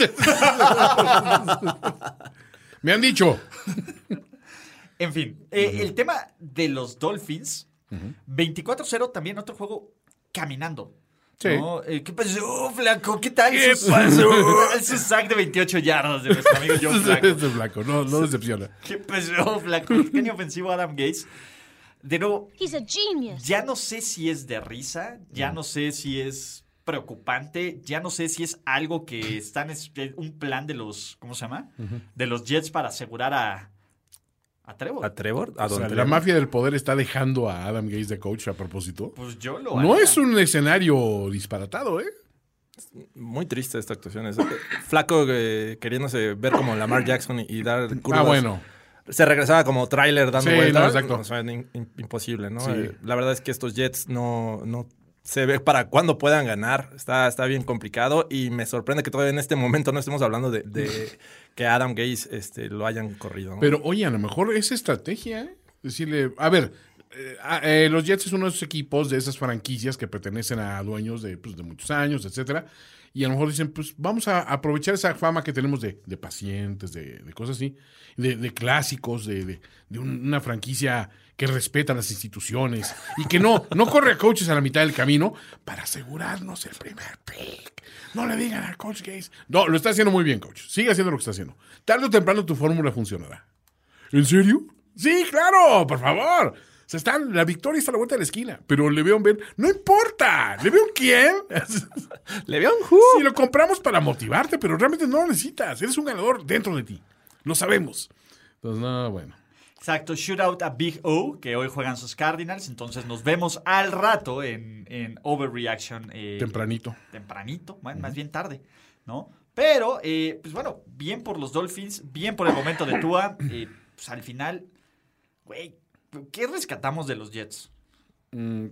Me han dicho. En fin, eh, el tema de los Dolphins, veinticuatro cero, también otro juego caminando. Sí. ¿No? Eh, ¿Qué pasó, flaco? ¿Qué tal? ¿Qué Su- pasó? Es su sack de veintiocho yardas de nuestro amigo Joe Flaco. Este flaco, no, no decepciona. ¿Qué pasó, flaco? Genio ofensivo Adam Gates. De nuevo, He's a genius. ya no sé si es de risa, ya no sé si es preocupante, ya no sé si es algo que están, es un plan de los, ¿cómo se llama? De los Jets para asegurar a, a Trevor. ¿A Trevor? ¿A O sea, dónde? la mafia del poder está dejando a Adam Gaze de coach a propósito. Pues yo lo No haría. es un escenario disparatado, ¿eh? Muy triste esta actuación. Es, eh, Flaco eh, queriéndose ver como Lamar Jackson y, y dar curvas. Ah, bueno. Se regresaba como tráiler dando Sí, vueltas. no, exacto. O sea, in- in- imposible, ¿no? Sí. Eh, la verdad es que estos Jets no, no se ve para cuándo puedan ganar. Está, está bien complicado y me sorprende que todavía en este momento no estemos hablando de, de que Adam Gaze este, lo hayan corrido, ¿no? Pero, oye, a lo mejor es estrategia, ¿eh? Decirle, a ver, eh, a- eh, los Jets es uno de esos equipos, de esas franquicias que pertenecen a dueños de, pues, de muchos años, etcétera. Y a lo mejor dicen, pues vamos a aprovechar esa fama que tenemos de, de pacientes, de, de cosas así, de, de clásicos, de, de, de un- una franquicia que respeta las instituciones y que no, no corre a coaches a la mitad del camino para asegurarnos el primer pick. No le digan al coach Gaze. No, lo está haciendo muy bien, coach. Sigue haciendo lo que está haciendo. Tarde o temprano tu fórmula funcionará. ¿En serio? Sí, claro, por favor. O sea, están, la victoria está a la vuelta de la esquina, pero Le'Veon Bell, no importa. ¿Le'Veon quién? Le'Veon who? Sí, lo compramos para motivarte, pero realmente no lo necesitas. Eres un ganador dentro de ti. Lo sabemos. Entonces, no, bueno. Exacto, shootout a Big O, que hoy juegan sus Cardinals. Entonces nos vemos al rato en, en Overreaction. eh, Tempranito. Tempranito, más, más bien tarde, ¿no? Pero, eh, pues bueno, bien por los Dolphins, bien por el momento de Tua. Eh, pues al final, güey, ¿qué rescatamos de los Jets? Mm,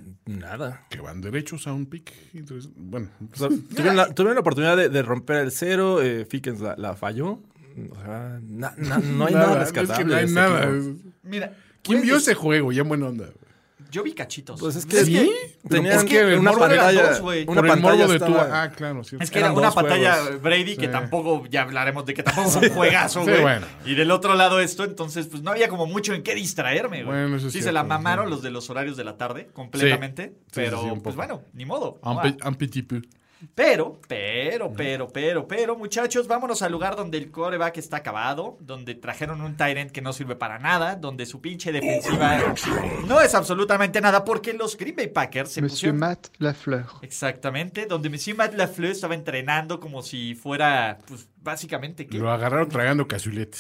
nada. Que van derechos a un pick. Interesante. Bueno, O sea, tuvieron, la, tuvieron la oportunidad de, de romper el cero. Eh, Fickens la, la falló. O sea, na- na- no hay nada, es que rescatable. no hay de este nada. equipo. Mira, ¿Quién güey, vio es- ese juego? Ya en buena onda. Yo vi cachitos. Pues es que ¿Sí? tenían ¿Por qué? El una morbo de las pantalla, dos, güey. una Por el pantalla morbo de estaba- Tua. Ah, claro. Sí. Es que era Eran una dos pantalla juegos. Brady que Sí. tampoco, ya hablaremos de que tampoco fue un juegazo, Sí, güey. bueno. Y del otro lado esto, entonces pues no había como mucho en qué distraerme, güey. Bueno, eso es sí, se cierto, la mamaron sí. los de los horarios de la tarde, completamente. Sí, pero sí, sí, un pues poco. bueno, ni modo. Un, ¿no? pe- un petit peu. Pero, pero, pero, pero, pero, muchachos, vámonos al lugar donde el quarterback está acabado, donde trajeron un tight end que no sirve para nada, donde su pinche defensiva no es absolutamente nada, porque los Green Bay Packers se Monsieur pusieron... Matt Lafleur. Exactamente, donde Monsieur Matt Lafleur estaba entrenando como si fuera, pues, básicamente, ¿qué? Lo agarraron tragando cazulet.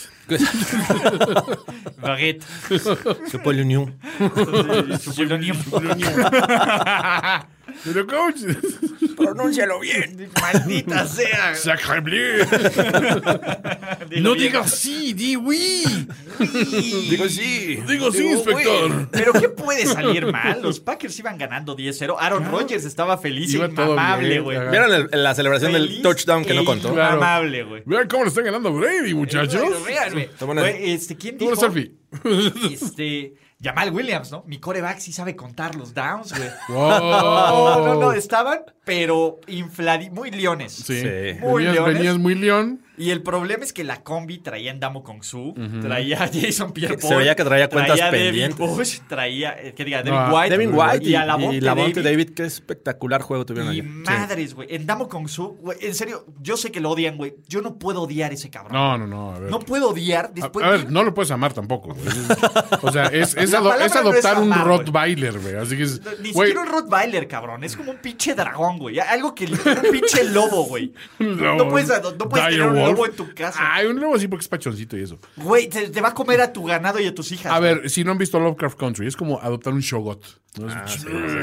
Baguette. Se pone unión. Su polonium. Pero coach. Pronúncialo bien. Maldita sea. Sacre bleu. No digas sí, di oui. Digo sí. Digo sí, inspector. Pero ¿qué puede salir mal? Los Packers iban ganando diez cero. Aaron Rodgers estaba feliz Iba e todo inmamable, bien, güey. ajá. ¿Vieron el- la celebración del Feliz touchdown que no e contó? Claro. Inmamable, güey. Vean cómo le están ganando Brady, muchachos. Vean, güey. Tómale. Güey, este, ¿quién Toma dijo? una selfie. Este, Jamal Williams, ¿no? Mi coreback sí sabe contar los downs, güey. Wow. No, no, no, estaban, pero infladi, muy leones. Sí. Sí. Muy Venías, leones. venías muy león. Y el problema es que la combi traía Ndamo Kong Su, traía a Jason Pierre-Paul. Se veía que traía cuentas traía a Devin pendientes. Bush, traía, eh, que diga, Devin No, White. Devin White y, y a Lavonte y Lavonte David. David. Qué espectacular juego tuvieron Y ayer. madres, güey. Ndamo Kong Su, güey, en serio, yo sé que lo odian, güey. Yo no puedo odiar ese cabrón. No, no, no. A ver. No puedo odiar A, después. a ver, no lo puedes amar tampoco, güey. O sea, es, es, La ado- palabra es no adoptar es un amar, güey. Rottweiler, güey. Así que es. Ni güey, siquiera un Rottweiler, cabrón. Es como un pinche dragón, güey. Algo que un pinche lobo, güey. no, No puedes, no puedes tener un Direwolf. lobo en tu casa. Ay, un lobo sí porque es pachoncito y eso. Güey, te, te va a comer a tu ganado y a tus hijas. A güey. ver, si no han visto Lovecraft Country, es como adoptar un Shogot. ¿no? Es- Ah, sí,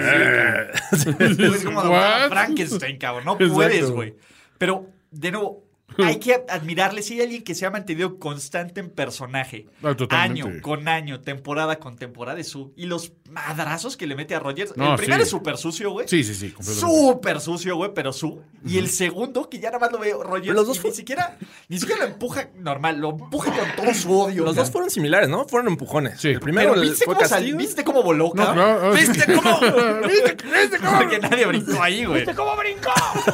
Es como adoptar a What? Frankenstein, cabrón. No Exacto. puedes, güey. Pero, de nuevo, hay que admirarle. Si hay alguien que se ha mantenido constante en personaje, Ah, totalmente. año con año, temporada con temporada, es su. Y los madrazos que le mete a Rodgers. No, el primero sí. es súper sucio, güey. Sí, sí, sí. completamente. Súper sucio, güey, pero su. Y el segundo, que ya nada más lo veo Rodgers. Los dos y fu- ni siquiera, ni siquiera lo empuja normal, lo empuja con todo su odio. Los güey. dos fueron similares, ¿no? Fueron empujones. Sí. El primero Pero ¿viste fue cómo, sal- castigo. ¿viste cómo voló, No, cabrón? claro. ¿Viste cómo? ¿Viste, viste cómo? Porque nadie brincó ahí, güey. ¿Viste cómo brincó?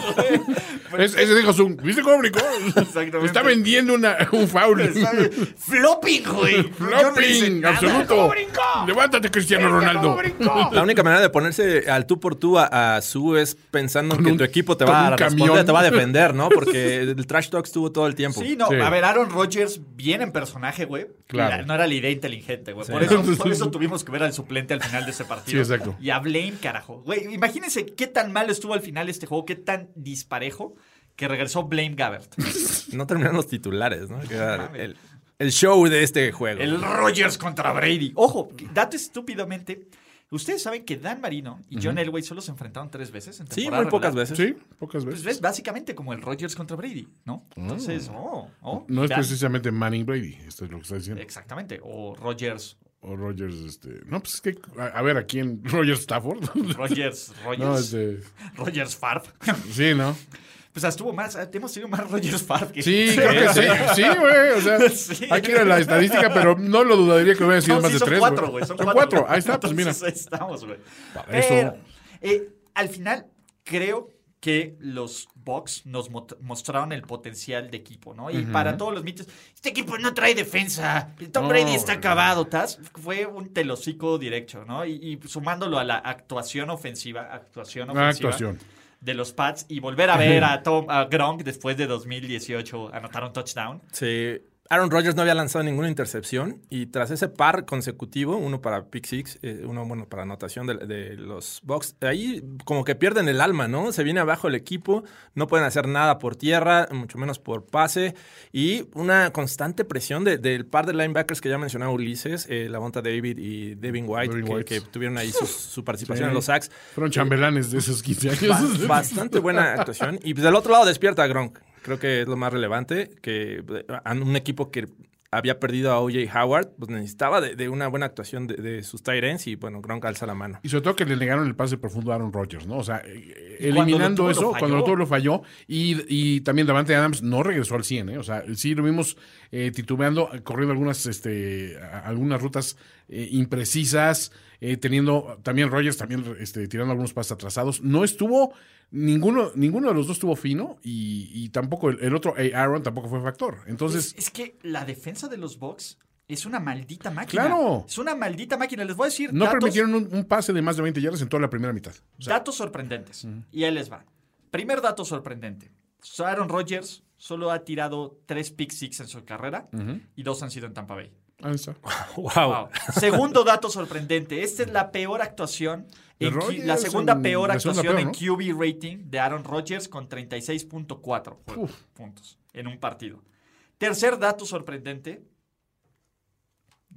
Es- ese dijo Zoom. ¿Viste cómo brincó? Exactamente. Está vendiendo una, un foul. Flopping, güey. Yo no hice Flopping, nada. absoluto. Levántate, Cristiano Ronaldo. La única manera de ponerse al tú por tú a, a Su es pensando Con que un- tu equipo te con va un a responder, camión. te va a defender, ¿no? Porque el trash talk estuvo todo el tiempo. Sí, no, Sí. a ver, Aaron Rodgers bien en personaje, güey. Claro. La- no era la idea inteligente, güey. Sí. Por, eso, por eso tuvimos que ver al suplente al final de ese partido. Sí, exacto. Y a Blame, carajo. Güey, imagínense qué tan mal estuvo al final este juego, qué tan disparejo que regresó Blame Gabbert. No terminaron los titulares, ¿no? Que era mames. el, el show de este juego. El Rodgers contra Brady. Ojo, dato estúpidamente. Ustedes saben que Dan Marino y John Elway solo se enfrentaron tres veces en Sí, temporada muy pocas regular. veces. Sí, pocas Pues veces. ves, básicamente como el Rodgers contra Brady, ¿no? Entonces, oh, oh. No es Dan- precisamente Manning Brady, esto es lo que está diciendo. Exactamente. O Rodgers, O Rogers, este. No, pues es que. A, a ver, ¿a quién? ¿Rogers Stafford? Rodgers, Rodgers, No, este. Rodgers Favre. Sí, ¿no? Pues estuvo más, hemos tenido más Rodgers Favre que Sí, creo que sí. Sí, güey. O sea, Sí. hay que ir a la estadística, pero no lo dudaría que hubiera sido No, más sí, de son tres. cuatro, güey. Son, Son cuatro. cuatro. güey. Ahí está, pues mira. Entonces, ahí estamos, güey. Eso. Pero, eh, al final, creo que los Bucks nos mot- mostraron el potencial de equipo, ¿no? Y para todos los mitos, este equipo no trae defensa, Tom No, Brady está güey. acabado, ¿tas? Fue un telocico directo, ¿no? Y, y sumándolo a la actuación ofensiva, actuación Ah, ofensiva actuación. de los Pats y volver a ver a Tom a Gronk después de dos mil dieciocho anotar un touchdown. Sí. Aaron Rodgers no había lanzado ninguna intercepción y tras ese par consecutivo, uno para pick six, eh, uno bueno para anotación de, de los Bucks, ahí como que pierden el alma, ¿no? Se viene abajo el equipo, no pueden hacer nada por tierra, mucho menos por pase y una constante presión de- del par de linebackers que ya mencionaba Ulises, eh, Lavonte David y Devin White, Devin que, White. que tuvieron ahí su, su participación Sí. en los sacks. Fueron chambelanes de esos quince años. Ba- bastante buena actuación. Y pues, del otro lado despierta a Gronk. Creo que es lo más relevante, que eh, un equipo que había perdido a O J Howard, pues necesitaba de, de una buena actuación de, de sus tight ends y bueno, Gronk alza la mano. Y sobre todo que le negaron el pase profundo a Aaron Rodgers, ¿no? O sea, eh, Y cuando eliminando lo tuvo, eso, lo falló. cuando lo tuvo lo falló. Y, y también Davante Adams no regresó al cien, ¿eh? O sea, sí lo vimos eh, titubeando, corriendo algunas, este, a- algunas rutas eh, imprecisas, eh, teniendo también Rodgers también este, tirando algunos pases atrasados. No estuvo, ninguno, ninguno de los dos estuvo fino y, y tampoco el, el otro, eh, Aaron, tampoco fue factor. Entonces, Es, es que la defensa de los Bucks es una maldita máquina. Claro. Es una maldita máquina. Les voy a decir no datos, permitieron un, un pase de más de veinte yardas en toda la primera mitad. O sea, datos sorprendentes. Y ahí les va. Primer dato sorprendente. Aaron Rodgers solo ha tirado tres pick six en su carrera y dos han sido en Tampa Bay. ahí está. ¡Wow! Wow. Segundo dato sorprendente. Esta es la peor actuación, De en Q- Rodgers, la segunda en- peor la segunda actuación peor, en Q B rating de Aaron Rodgers con treinta y seis punto cuatro puntos en un partido. Tercer dato sorprendente.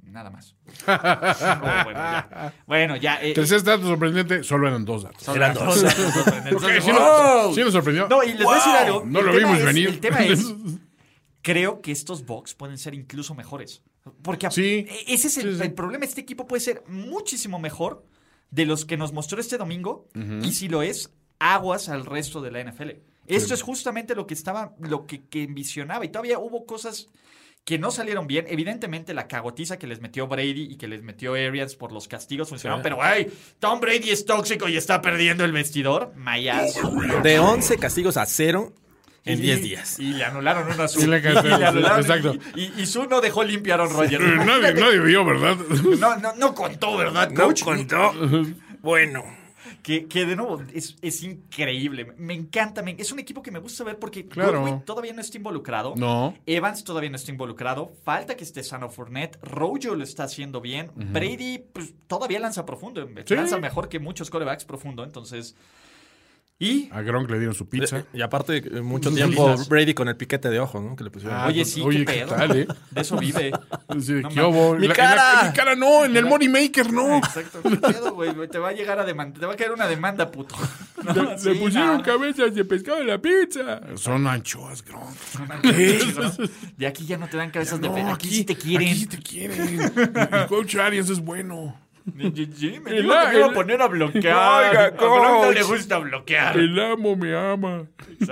nada más. Oh, bueno, ya. Bueno, ya eh, Tercer dato sorprendente, solo eran dos datos. Eran dos datos sorprendentes. Okay, sí, ¡Wow! nos, sí nos sorprendió. No, y les voy a decir algo. No El lo tema vimos es- venir. El tema es, creo que estos Bucks pueden ser incluso mejores. Porque a- Sí. ese es el, Sí, sí. el problema. Este equipo puede ser muchísimo mejor de los que nos mostró este domingo. Y si lo es, aguas al resto de la N F L. Esto es justamente lo que estaba, lo que, que envisionaba. Y todavía hubo cosas que no salieron bien. Evidentemente, la cagotiza que les metió Brady y que les metió Arians por los castigos funcionaron. Pero, ay, Tom Brady es tóxico y está perdiendo el vestidor. Mayas. De once castigos a cero en Y- diez días. Y le anularon una su. Y le cancelaron, anularon. exacto. Y, y, y su no dejó limpiar a Aaron Rodgers. Eh, nadie, nadie vio, ¿verdad? No, no, no contó, ¿verdad, coach? contó. Bueno. Que, que de nuevo es, es increíble. Me encanta. me- es un equipo que me gusta ver porque Claro. Goodwin todavía no está involucrado. No. Evans todavía no está involucrado. Falta que esté sano Fournette. Rojo lo está haciendo bien. Brady pues, todavía lanza profundo. Sí. Lanza mejor que muchos quarterbacks profundo. Entonces. Y. A Gronk le dieron su pizza. Eh, Y aparte, eh, mucho tiempo Brady con el piquete de ojo, ¿no? Que le pusieron. Ah, Oye, sí, oye, qué ¿qué pedo. tal, eh? De eso vive. Sí, de No ¿qué mames. hubo? ¡Mi La- cara! en la- mi cara no, en el Money Maker no. Exacto. ¿Qué pedo, güey? Te va a llegar a demanda. Te va a caer una demanda, puto. No, Le, sí, le pusieron no. cabezas de pescado en la pizza. Son anchoas, Gronk. De aquí ya no te dan cabezas de No, fe. Aquí, sí te quieren. Aquí sí te quieren. El coach Arians es bueno. Sí, me El dijo a- que me iba a el- poner a bloquear. Oiga, A Gronk no coach. le gusta bloquear. El amo me ama.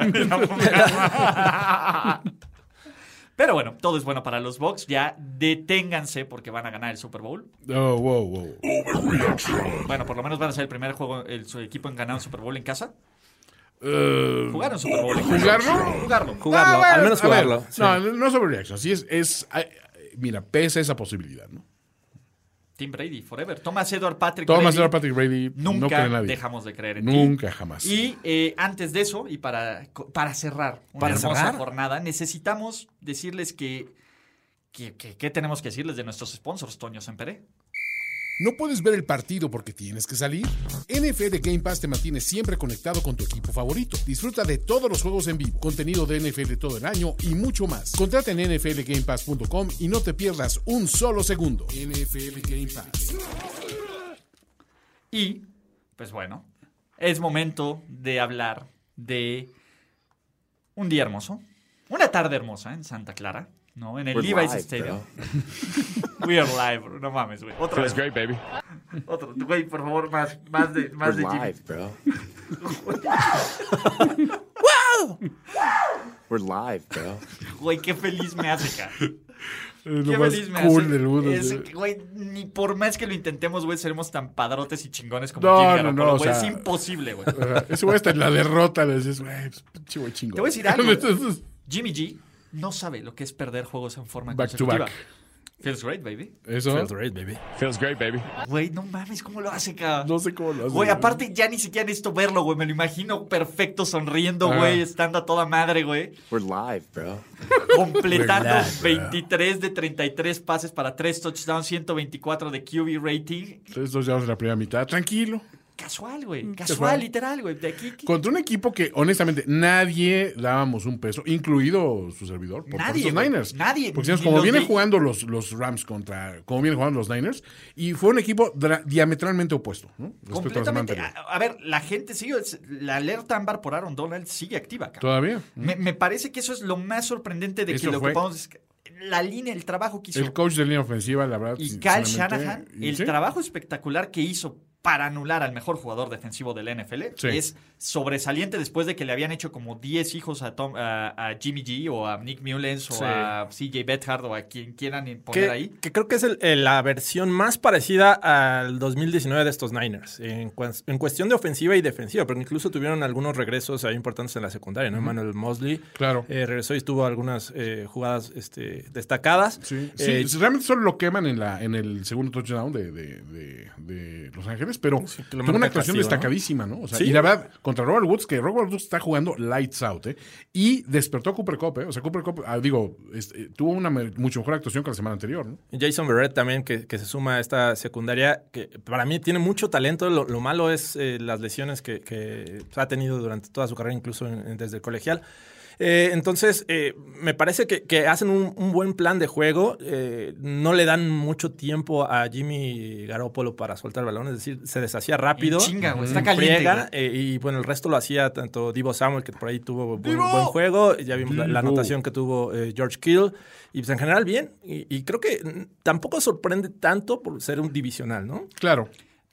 Pero bueno, todo es bueno para los Bucks. Ya deténganse porque van a ganar el Super Bowl. Oh, wow, wow. Bueno, por lo menos van a ser el primer juego, el, su equipo en ganar un Super Bowl en casa. Eh, Jugar un Super Bowl en ¿Jugarlo? casa. Jugarlo. Jugarlo, Ah, bueno, al menos a ver, jugarlo. sí. No, no es overreaction. Sí es, es ay, mira, pesa esa posibilidad, ¿no? Tim Brady, forever. Thomas Edward Patrick Thomas Brady. Edward Patrick Brady Nunca no cree en nadie. dejamos de creer en ti. Nunca, jamás. Y eh, antes de eso, y para, para cerrar una ¿Para hermosa cerrar? jornada, necesitamos decirles que, que, que- ¿qué tenemos que decirles de nuestros sponsors, Toño Semperé? ¿No puedes ver el partido porque tienes que salir? N F L Game Pass te mantiene siempre conectado con tu equipo favorito. Disfruta de todos los juegos en vivo, contenido de N F L todo el año y mucho más. Contrata en N F L Game Pass punto com y no te pierdas un solo segundo. N F L Game Pass. Y, pues bueno, es momento de hablar de un día hermoso, una tarde hermosa en Santa Clara, ¿no? En el We're Levi's live, Stadium. We are live, bro. No mames, güey. Otra vez. great, baby. Otro, güey, por favor, más, más de, más We're de Jimmy. live, bro. We're live, bro. Güey, qué feliz me hace, cara. Es Qué lo más feliz me cool hace. del mundo. Es sí. que, güey, ni por más que lo intentemos, güey, seremos tan padrotes y chingones como No, Jimmy no, Garoppolo, no, o güey. sea- Es imposible, güey. Ajá. Ese güey está en la derrota. Le dices, güey, pues, pinche güey chingón. Te voy a decir algo. Jimmy G no sabe lo que es perder juegos en forma Back to consecutiva. back. Feels great, baby. Eso. Feels great, baby. Feels great, baby. Güey, no mames, ¿cómo lo hace, cabrón? No sé cómo lo hace. Güey, aparte ya ni siquiera necesito verlo, güey. Me lo imagino perfecto, sonriendo, Ah. güey, estando a toda madre, güey. We're live, bro. Completando Verdad, bro. veintitrés de treinta y tres pases para tres touchdowns, ciento veinticuatro de Q B rating. Entonces nos llevamos en la primera mitad. Tranquilo. Casual, güey. Casual, Casual. literal, güey. De aquí. Contra un equipo que, honestamente, nadie dábamos un peso, incluido su servidor, por, por Nadie, estos güey. Niners. Nadie. Porque decíamos, Ni como los vienen de- jugando los, los Rams contra, como vienen jugando los Niners, y fue un equipo dra- diametralmente opuesto, ¿no? Respecto a la semana Completamente. anterior. A, a ver, la gente sigue. La alerta ámbar por Aaron Donald sigue activa, cabrón. Todavía. Me, me parece que eso es lo más sorprendente de que Eso lo fue. que podemos. La línea, el trabajo que hizo. El coach de línea ofensiva, la verdad. Y Kyle sinceramente, Shanahan, y el sí. trabajo espectacular que hizo para anular al mejor jugador defensivo del N F L Sí. es sobresaliente después de que le habían hecho como diez hijos a, Tom, a, a Jimmy G o a Nick Mullens o Sí. a C J Beathard o a quien quieran poner Que, ahí. que creo que es el- el- la versión más parecida al dos mil diecinueve de estos Niners, en, cuan- en cuestión de ofensiva y defensiva, pero incluso tuvieron algunos regresos ahí importantes en la secundaria, ¿no? Emmanuel Mosley Claro. eh, regresó y tuvo algunas eh, jugadas este, destacadas. Sí, Eh, sí, realmente solo lo queman en la en el segundo touchdown de, de, de, de Los Ángeles, pero que lo tuvo marca una actuación castigo, ¿no? destacadísima, ¿no? O sea, Sí. y la verdad, contra Robert Woods, que Robert Woods está jugando lights out, ¿eh? Y despertó a Cooper Kupp, ¿eh? O sea, Cooper Kupp, ah, digo, este, tuvo una me- mucho mejor actuación que la semana anterior, ¿no? Jason Verrett también, que, que se suma a esta secundaria, que para mí tiene mucho talento. Lo, lo malo es eh, las lesiones que, que ha tenido durante toda su carrera, incluso en- en- desde el colegial. Eh, entonces, eh, me parece que, que hacen un, un buen plan de juego. Eh, no le dan mucho tiempo a Jimmy Garoppolo para soltar el balón. Es decir, se deshacía rápido. En chinga, güey. Está Mm, caliente, friega, güey. eh, y bueno, el resto lo hacía tanto Divo Samuel, que por ahí tuvo un ¡Divo! buen juego. Ya vimos la, la Divo. anotación que tuvo eh, George Kittle. Y pues en general bien. Y, y creo que mm, tampoco sorprende tanto por ser un divisional, ¿no? Claro.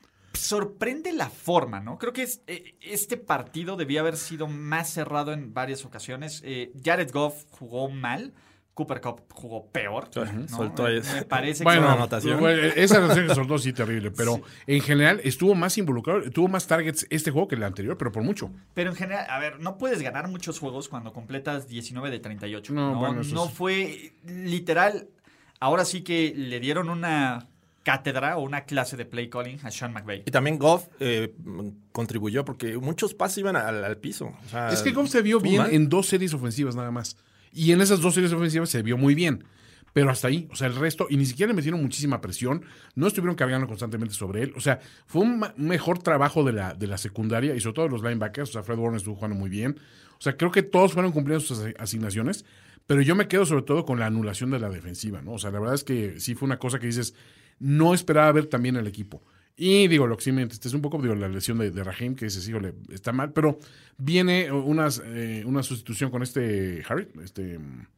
Sorprende la forma, ¿no? Creo que es, eh, este partido debía haber sido más cerrado en varias ocasiones. Eh, Jared Goff jugó mal. Cooper Kupp jugó peor. ¿no? Soltó ahí. Eh, Me parece Bueno, que... anotación. bueno, esa anotación que soltó sí terrible, pero en general estuvo más involucrado, tuvo más targets este juego que el anterior, pero por mucho. Pero en general, a ver, no puedes ganar muchos juegos cuando completas diecinueve de treinta y ocho. No, No, bueno, eso no sí. fue literal. Ahora sí que le dieron una cátedra o una clase de play calling a Sean McVay. Y también Goff eh, contribuyó porque muchos pases iban al, al piso. O sea, Es que Goff se vio estuvo bien mal. en dos series ofensivas nada más. Y en esas dos series ofensivas se vio muy bien. Pero hasta ahí, o sea, el resto, y ni siquiera le metieron muchísima presión, no estuvieron cargando constantemente sobre él. O sea, fue un ma- mejor trabajo de la, de la secundaria y sobre todo de los linebackers. O sea, Fred Warner estuvo jugando muy bien. O sea, creo que todos fueron cumpliendo sus asi- asignaciones, pero yo me quedo sobre todo con la anulación de la defensiva, ¿no? O sea, la verdad es que sí fue una cosa que dices, no esperaba ver también al equipo. Y digo, lo que sí me entristece un poco, digo, la lesión de, de Raheem, que dices, híjole, está mal, pero viene unas, eh, una sustitución con este Harry, este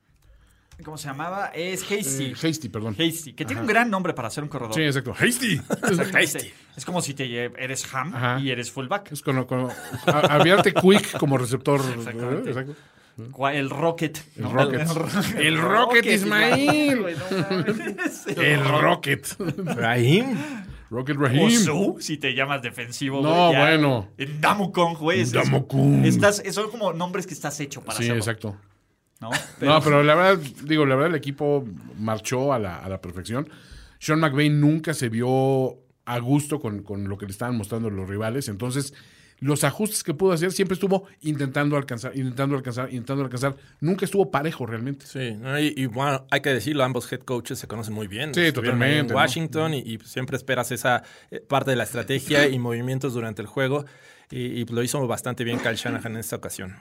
¿Cómo se llamaba? Es Hasty. eh, Hasty, perdón. Hasty, que tiene Ajá. un gran nombre para ser un corredor. Sí, exacto. Hasty. Hasty. Es como si te lle- eres ham Ajá. y eres fullback. Es con, con a- abriarte quick como receptor. Exactamente. ¿eh? Exacto. Gua- El Rocket. El ¿no? Rocket. El, El Rocket, Ismail. güey, no mames. El Rocket. Raheem. Rocket O Raheem. Su, si te llamas defensivo. No, güey, ya. bueno. En Damukong, güey. es- Damukong. Estás, son como nombres que estás hecho para Sí, hacerlo. exacto. ¿no? No, pero la verdad, digo, la verdad el equipo marchó a la, a la perfección. Sean McVay nunca se vio a gusto con, con lo que le estaban mostrando los rivales. Entonces, los ajustes que pudo hacer siempre estuvo intentando alcanzar, intentando alcanzar, intentando alcanzar. Nunca estuvo parejo realmente. Sí, ¿no? y, y bueno, hay que decirlo, ambos head coaches se conocen muy bien. Sí, Estuvieron ahí totalmente, En ¿no? Washington y, y siempre esperas esa eh, parte de la estrategia y movimientos durante el juego. Y, y lo hizo bastante bien Kyle Shanahan en esta ocasión.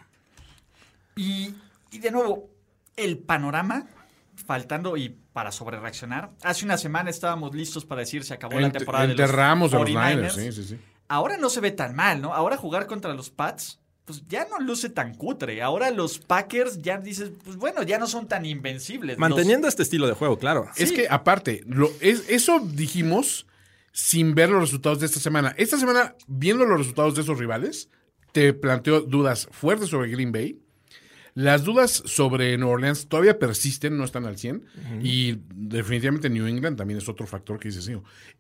Y, y de nuevo, el panorama, faltando y para sobrereaccionar. Hace una semana estábamos listos para decir se acabó la Ent- temporada de los enterramos a los cuarenta y nueve Niners. Sí, sí, sí. Ahora no se ve tan mal, ¿no? Ahora jugar contra los Pats, pues ya no luce tan cutre. Ahora los Packers ya dices, pues bueno, ya no son tan invencibles. Manteniendo este estilo de juego, claro. Es Sí. que aparte, lo, es, eso dijimos sin ver los resultados de esta semana. Esta semana, viendo los resultados de esos rivales, te planteo dudas fuertes sobre Green Bay. Las dudas sobre New Orleans todavía persisten, no están al cien. Y definitivamente New England también es otro factor que dices, sí.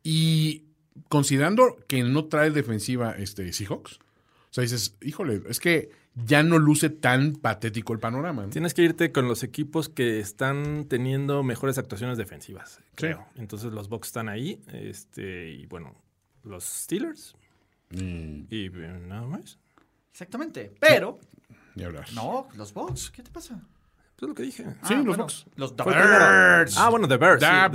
Y considerando que no trae defensiva este Seahawks, o sea, dices, híjole, es que ya no luce tan patético el panorama, ¿no? Tienes que irte con los equipos que están teniendo mejores actuaciones defensivas, creo. Entonces los Bucs están ahí. Este, y bueno, los Steelers. Mm, Y eh, nada más. Exactamente. Pero, ni hablar. no, los Bucks, ¿qué te pasa? Eso es lo que dije. Sí, Ah, los bueno, Bucs. Los Fue primero. Birds. Ah, bueno, The Bears. sí, Da The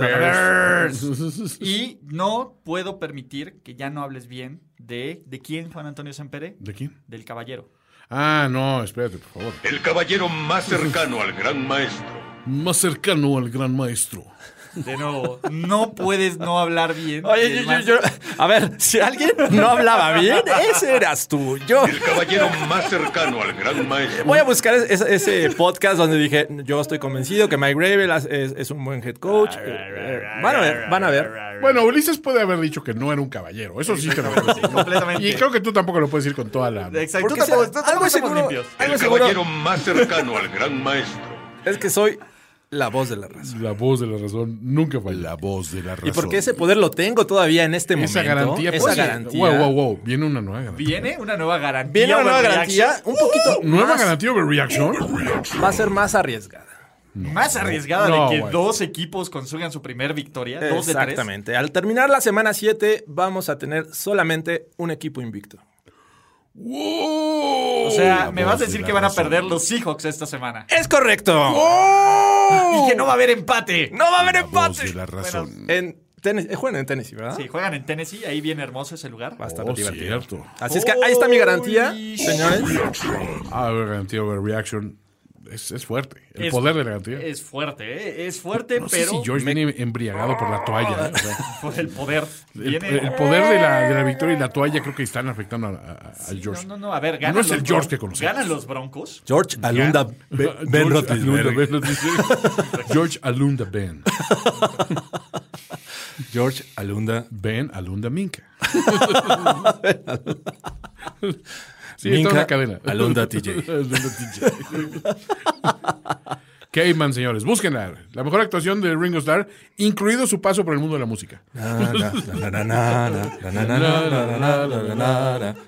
Bears. Y no puedo permitir que ya no hables bien de... ¿De quién, Juan Antonio Sempere? ¿De quién? Del caballero. Ah, no, espérate, por favor. El caballero más cercano al gran maestro. Más cercano al gran maestro. De nuevo, no puedes no hablar bien. Oye, del yo, más- yo, yo- a ver, si alguien no hablaba bien, ese eras tú. Yo El caballero más cercano al gran maestro. voy a buscar ese, ese podcast donde dije, yo estoy convencido que Mike Gravel es, es- es un buen head coach. Eh, eh, van a ver, van a ver. Bueno, Ulises puede haber dicho que no era un caballero. Eso sí te lo puedo decir. completamente. Y creo que tú tampoco lo puedes decir con toda la... Exacto. Porque Tú tampoco- sea- tú tampoco algo estamos seguro- limpios. algo El seguro caballero más cercano al gran maestro. es que soy la voz de la razón. La voz de la razón nunca falla. La voz de la razón. Y porque ese poder lo tengo todavía en este momento. Esa garantía. Esa pues, garantía. Wow, wow, wow. Viene una nueva garantía. Viene una nueva garantía. Viene una nueva overreaction. garantía, un poquito ¿Nueva más, garantía overreaction? va a ser más arriesgada. Más arriesgada No, de que güey. dos equipos consigan su primer victoria. Dos de tres. Exactamente. Al terminar la semana siete, vamos a tener solamente un equipo invicto. ¡Wow! O sea, La me vas a voz de decir la que van a razón. perder los Seahawks esta semana. ¡Es correcto! Y que no va a haber empate. ¡No va a haber La voz empate! de la razón. En Tennessee, eh, juegan en Tennessee, ¿verdad? Sí, juegan en Tennessee. Ahí viene hermoso ese lugar. Va a estar Oh, divertido. cierto. Así es que ahí está mi garantía, Holy señores. Ah, garantía overreaction. es, es fuerte. El Es- poder de la garantía. Es fuerte, ¿eh? Es fuerte, No sé pero si George viene embriagado por la toalla. ¿eh? O sea, por el poder. el, Viene... el poder de la, de la victoria y la toalla creo que están afectando a, a- a Sí, George. No, no, no, a ver, ganan No es los el George Bron- que conocemos. Ganan los Broncos. George Alunda Be- Ben George Alunda Roethlisberger. Ben Roethlisberger. George Alunda Ben. George Alunda. Ben Alunda Minka. Sí, es Minka toda una cadena. Alunda T J. Alunda T J. Caveman, señores, búsquenla. La mejor actuación de Ringo Starr, incluido su paso por el mundo de la música. Na, na, na, na, na, na, na, na, na, na, na, na, na, na.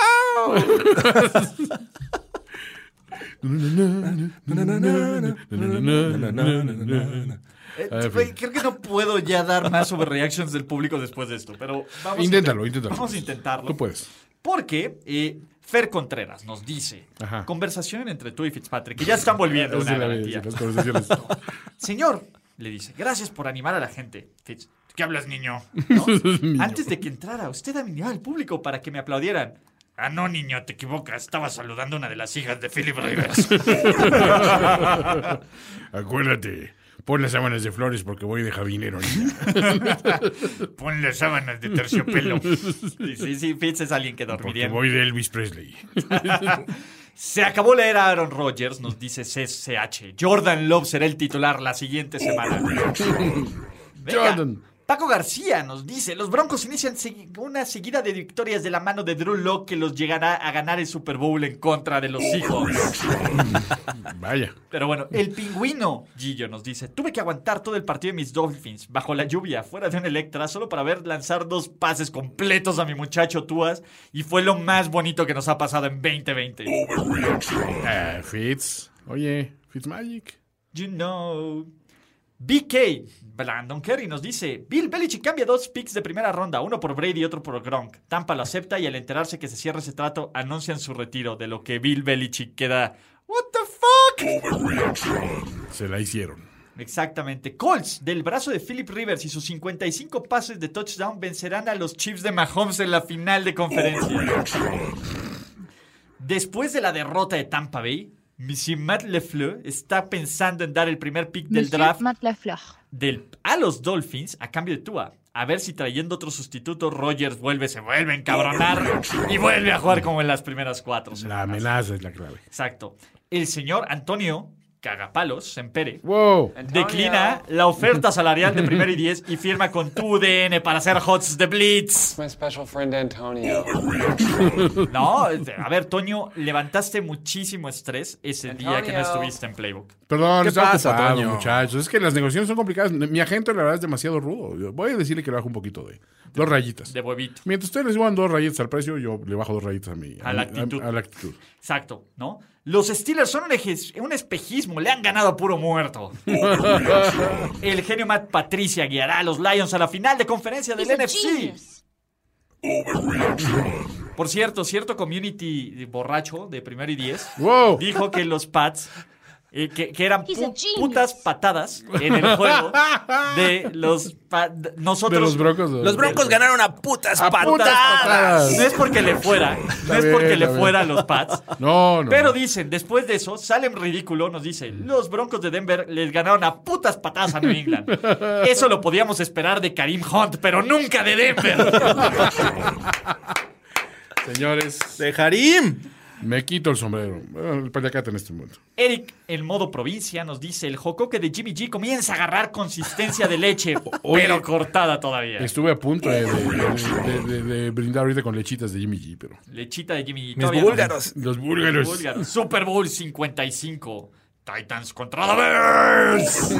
Eh, Ah, en güey, fin. creo que no puedo ya dar más sobre reactions del público después de esto, pero vamos Inténtalo, a, intent- inténtalo. Vamos a intentarlo. Tú puedes. Porque eh, Fer Contreras nos dice, Ajá. conversación entre tú y Fitzpatrick, que ya están volviendo Es una de la- garantía. de las conversaciones. Señor, le dice, gracias por animar a la gente. Fitz, ¿qué hablas, niño? ¿No? Niño. Antes de que entrara, usted animaba al público para que me aplaudieran. Ah, no, niño, te equivocas. Estaba saludando a una de las hijas de Philip Rivers. Acuérdate, pon las sábanas de flores porque voy de jabinero. niña. Pon las sábanas de terciopelo. Sí, sí, sí, Fitz es alguien que Porque dormiría. voy de Elvis Presley. Se acabó la era Aaron Rodgers, nos dice C C H. Jordan Love será el titular la siguiente semana. Venga, Jordan. Paco García nos dice, los Broncos inician segui- una seguida de victorias de la mano de Drew Lock que los llegará a ganar el Super Bowl en contra de los Seahawks. Vaya. Pero bueno, el pingüino Gillo nos dice, tuve que aguantar todo el partido de mis Dolphins bajo la lluvia, fuera de un Electra, solo para ver lanzar dos pases completos a mi muchacho Tuas, y fue lo más bonito que nos ha pasado en veinte veinte. Ah, Fitz. Oye, Fitzmagic. You know. B K, Brandon Kerry nos dice, Bill Belichick cambia dos picks de primera ronda, uno por Brady y otro por Gronk. Tampa lo acepta y al enterarse que se cierra ese trato, anuncian su retiro, de lo que Bill Belichick queda, what the fuck? Se la hicieron. Exactamente. Colts, del brazo de Philip Rivers y sus cincuenta y cinco pases de touchdown, vencerán a los Chiefs de Mahomes en la final de conferencia. Después de la derrota de Tampa Bay, Monsieur Matt LeFleur está pensando en dar el primer pick del draft Matt LaFleur. del, a los Dolphins a cambio de Tua. A ver si trayendo otro sustituto, Rodgers vuelve, se vuelve a encabronar y vuelve a jugar como en las primeras cuatro La semanas. amenaza es la clave. Exacto. El señor Antonio Cagapalos Sempere Wow. declina la oferta salarial de primero y diez y firma con tu U D N para hacer Hots de Blitz. My special friend Antonio. No, a ver, Toño, levantaste muchísimo estrés ese día que no Antonio. estuviste en Playbook. Perdón, ¿Qué está pasa, ocupado, Toño? muchachos. Es que las negociaciones son complicadas. Mi agente, la verdad, es demasiado rudo. Yo voy a decirle que le bajo un poquito de... Dos rayitas. De huevito. Mientras ustedes le suban dos rayitas al precio, yo le bajo dos rayitas a mi... A la mi- actitud. A, a la actitud. Exacto, ¿no? Los Steelers son un, eje- un espejismo, le han ganado a puro muerto. El genio Matt Patricia guiará a los Lions a la final de conferencia del N F C. Por cierto, cierto community borracho de primero y diez Wow. dijo que los Pats, eh, que, que eran He's a pu- genius. putas patadas en el juego de los pa- de- nosotros. De los Broncos. Los Broncos ganaron a putas A patadas. putas patadas. No es porque le fuera, no es bien, porque le está bien. fuera a los Pats. No, no. Pero no. dicen, después de eso, Salem Ridículo nos dice, los Broncos de Denver les ganaron a putas patadas a New England. Eso lo podíamos esperar de Kareem Hunt, pero nunca de Denver. Señores, De Harim. me quito el sombrero. Bueno, el paliacate en este momento. Eric, en modo provincia, nos dice, el jocoque de Jimmy G comienza a agarrar consistencia de leche, Oye, pero cortada todavía. Estuve a punto de, de- de- de- de brindar ahorita con lechitas de Jimmy G, pero... Lechita de Jimmy G. Mis todavía no. búlgaros. Los búlgaros. Búlgaros. Super Bowl cincuenta y cinco. Titans contra the Bears.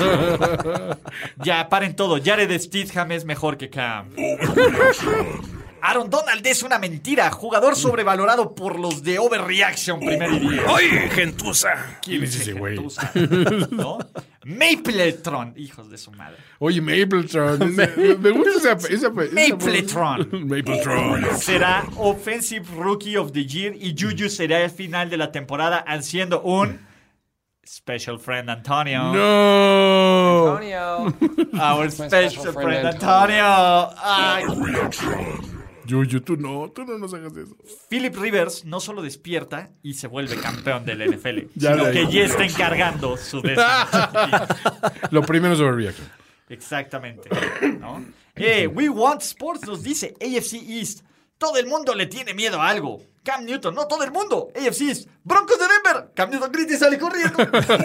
Ya, paren todo. Jared Stidham es mejor que Cam. Aaron Donald es una mentira. Jugador sobrevalorado por los de Overreaction primer y diez. ¡Oye, gentuza! ¿Quién es ese güey? Gentuza, ¿no? Mapletron. Hijos de su madre. Oye, Mapletron. ese- me gusta esa... esa, esa Mapletron. Mapletron. Será Offensive Rookie of the Year y Juju será el final de la temporada haciendo un Special Friend Antonio. No. Antonio. Our My special, special friend, friend Antonio. Ay. Yuyu, tú no, tú no nos hagas eso. Philip Rivers no solo despierta y se vuelve campeón del N F L, Ya sino lo que digo. ya está encargando su décimo. Lo primero es overreaction. Exactamente, ¿no? Eh, We Want Sports nos dice A F C East. Todo el mundo le tiene miedo a algo. Cam Newton, no todo el mundo. A F C East. Broncos de Denver. Cam Newton grita y sale corriendo.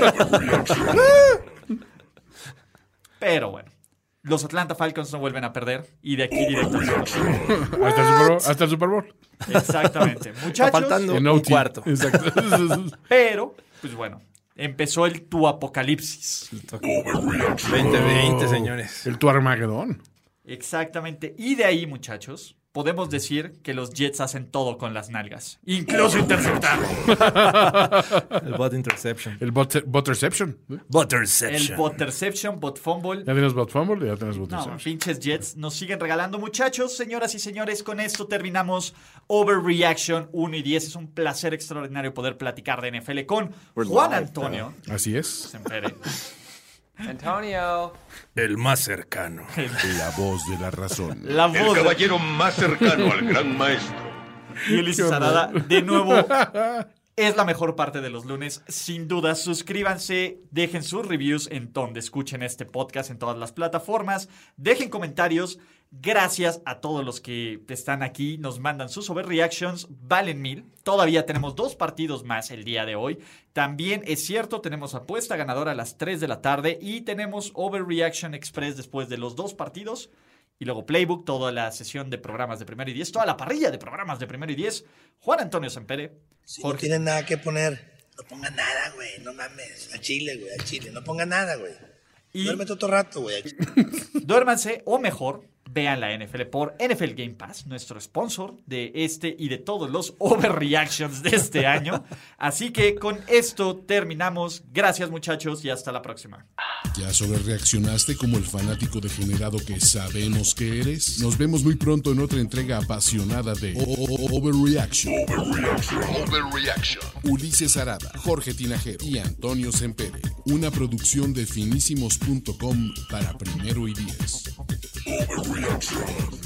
Pero bueno, los Atlanta Falcons no vuelven a perder y de aquí directo al Super Bowl. Hasta el Super Bowl. Hasta el Super Bowl. Exactamente, Está muchachos. faltando En un O T. cuarto. Exacto. Pero, pues bueno, empezó el tu apocalipsis. veinte veinte, señores. El tu Armagedón. Exactamente. Y de ahí, muchachos, podemos decir que los Jets hacen todo con las nalgas. Incluso interceptar. El bot interception. El bot, botterception. El Butterception. botterception, bot fumble. Ya tienes bot fumble y ya tienes No, botterception. pinches Jets nos siguen regalando. Muchachos, señoras y señores, con esto terminamos Overreaction uno y diez. Es un placer extraordinario poder platicar de N F L con Juan Antonio Así es. Sempere. Antonio. El más cercano. La voz de la razón. La El voz de caballero más cercano al gran maestro. y Ulises Arada. De nuevo, es la mejor parte de los lunes. Sin duda, suscríbanse, dejen sus reviews en donde escuchen este podcast en todas las plataformas. Dejen comentarios. Gracias a todos los que están aquí, nos mandan sus overreactions, valen mil. Todavía tenemos dos partidos más el día de hoy. También es cierto, tenemos apuesta ganadora a las tres de la tarde y tenemos Overreaction Express después de los dos partidos. Y luego Playbook, toda la sesión de programas de primero y diez, toda la parrilla de programas de primero y diez. Juan Antonio Sempere. Si no tienen nada que poner, no pongan nada, güey. No mames. A Chile, güey. A Chile. No pongan nada, güey. Y duérmete otro rato, güey. duérmanse, o mejor, vean la N F L por N F L Game Pass, nuestro sponsor de este y de todos los overreactions de este año. Así que con esto terminamos. Gracias, muchachos, y hasta la próxima. ¿Ya sobrereaccionaste como el fanático degenerado que sabemos que eres? Nos vemos muy pronto en otra entrega apasionada de O- O- Overreaction. Overreaction. Overreaction. Ulises Arada, Jorge Tinajero y Antonio Sempere. Una producción de finísimos punto com para Primero y Diez. Overreaction.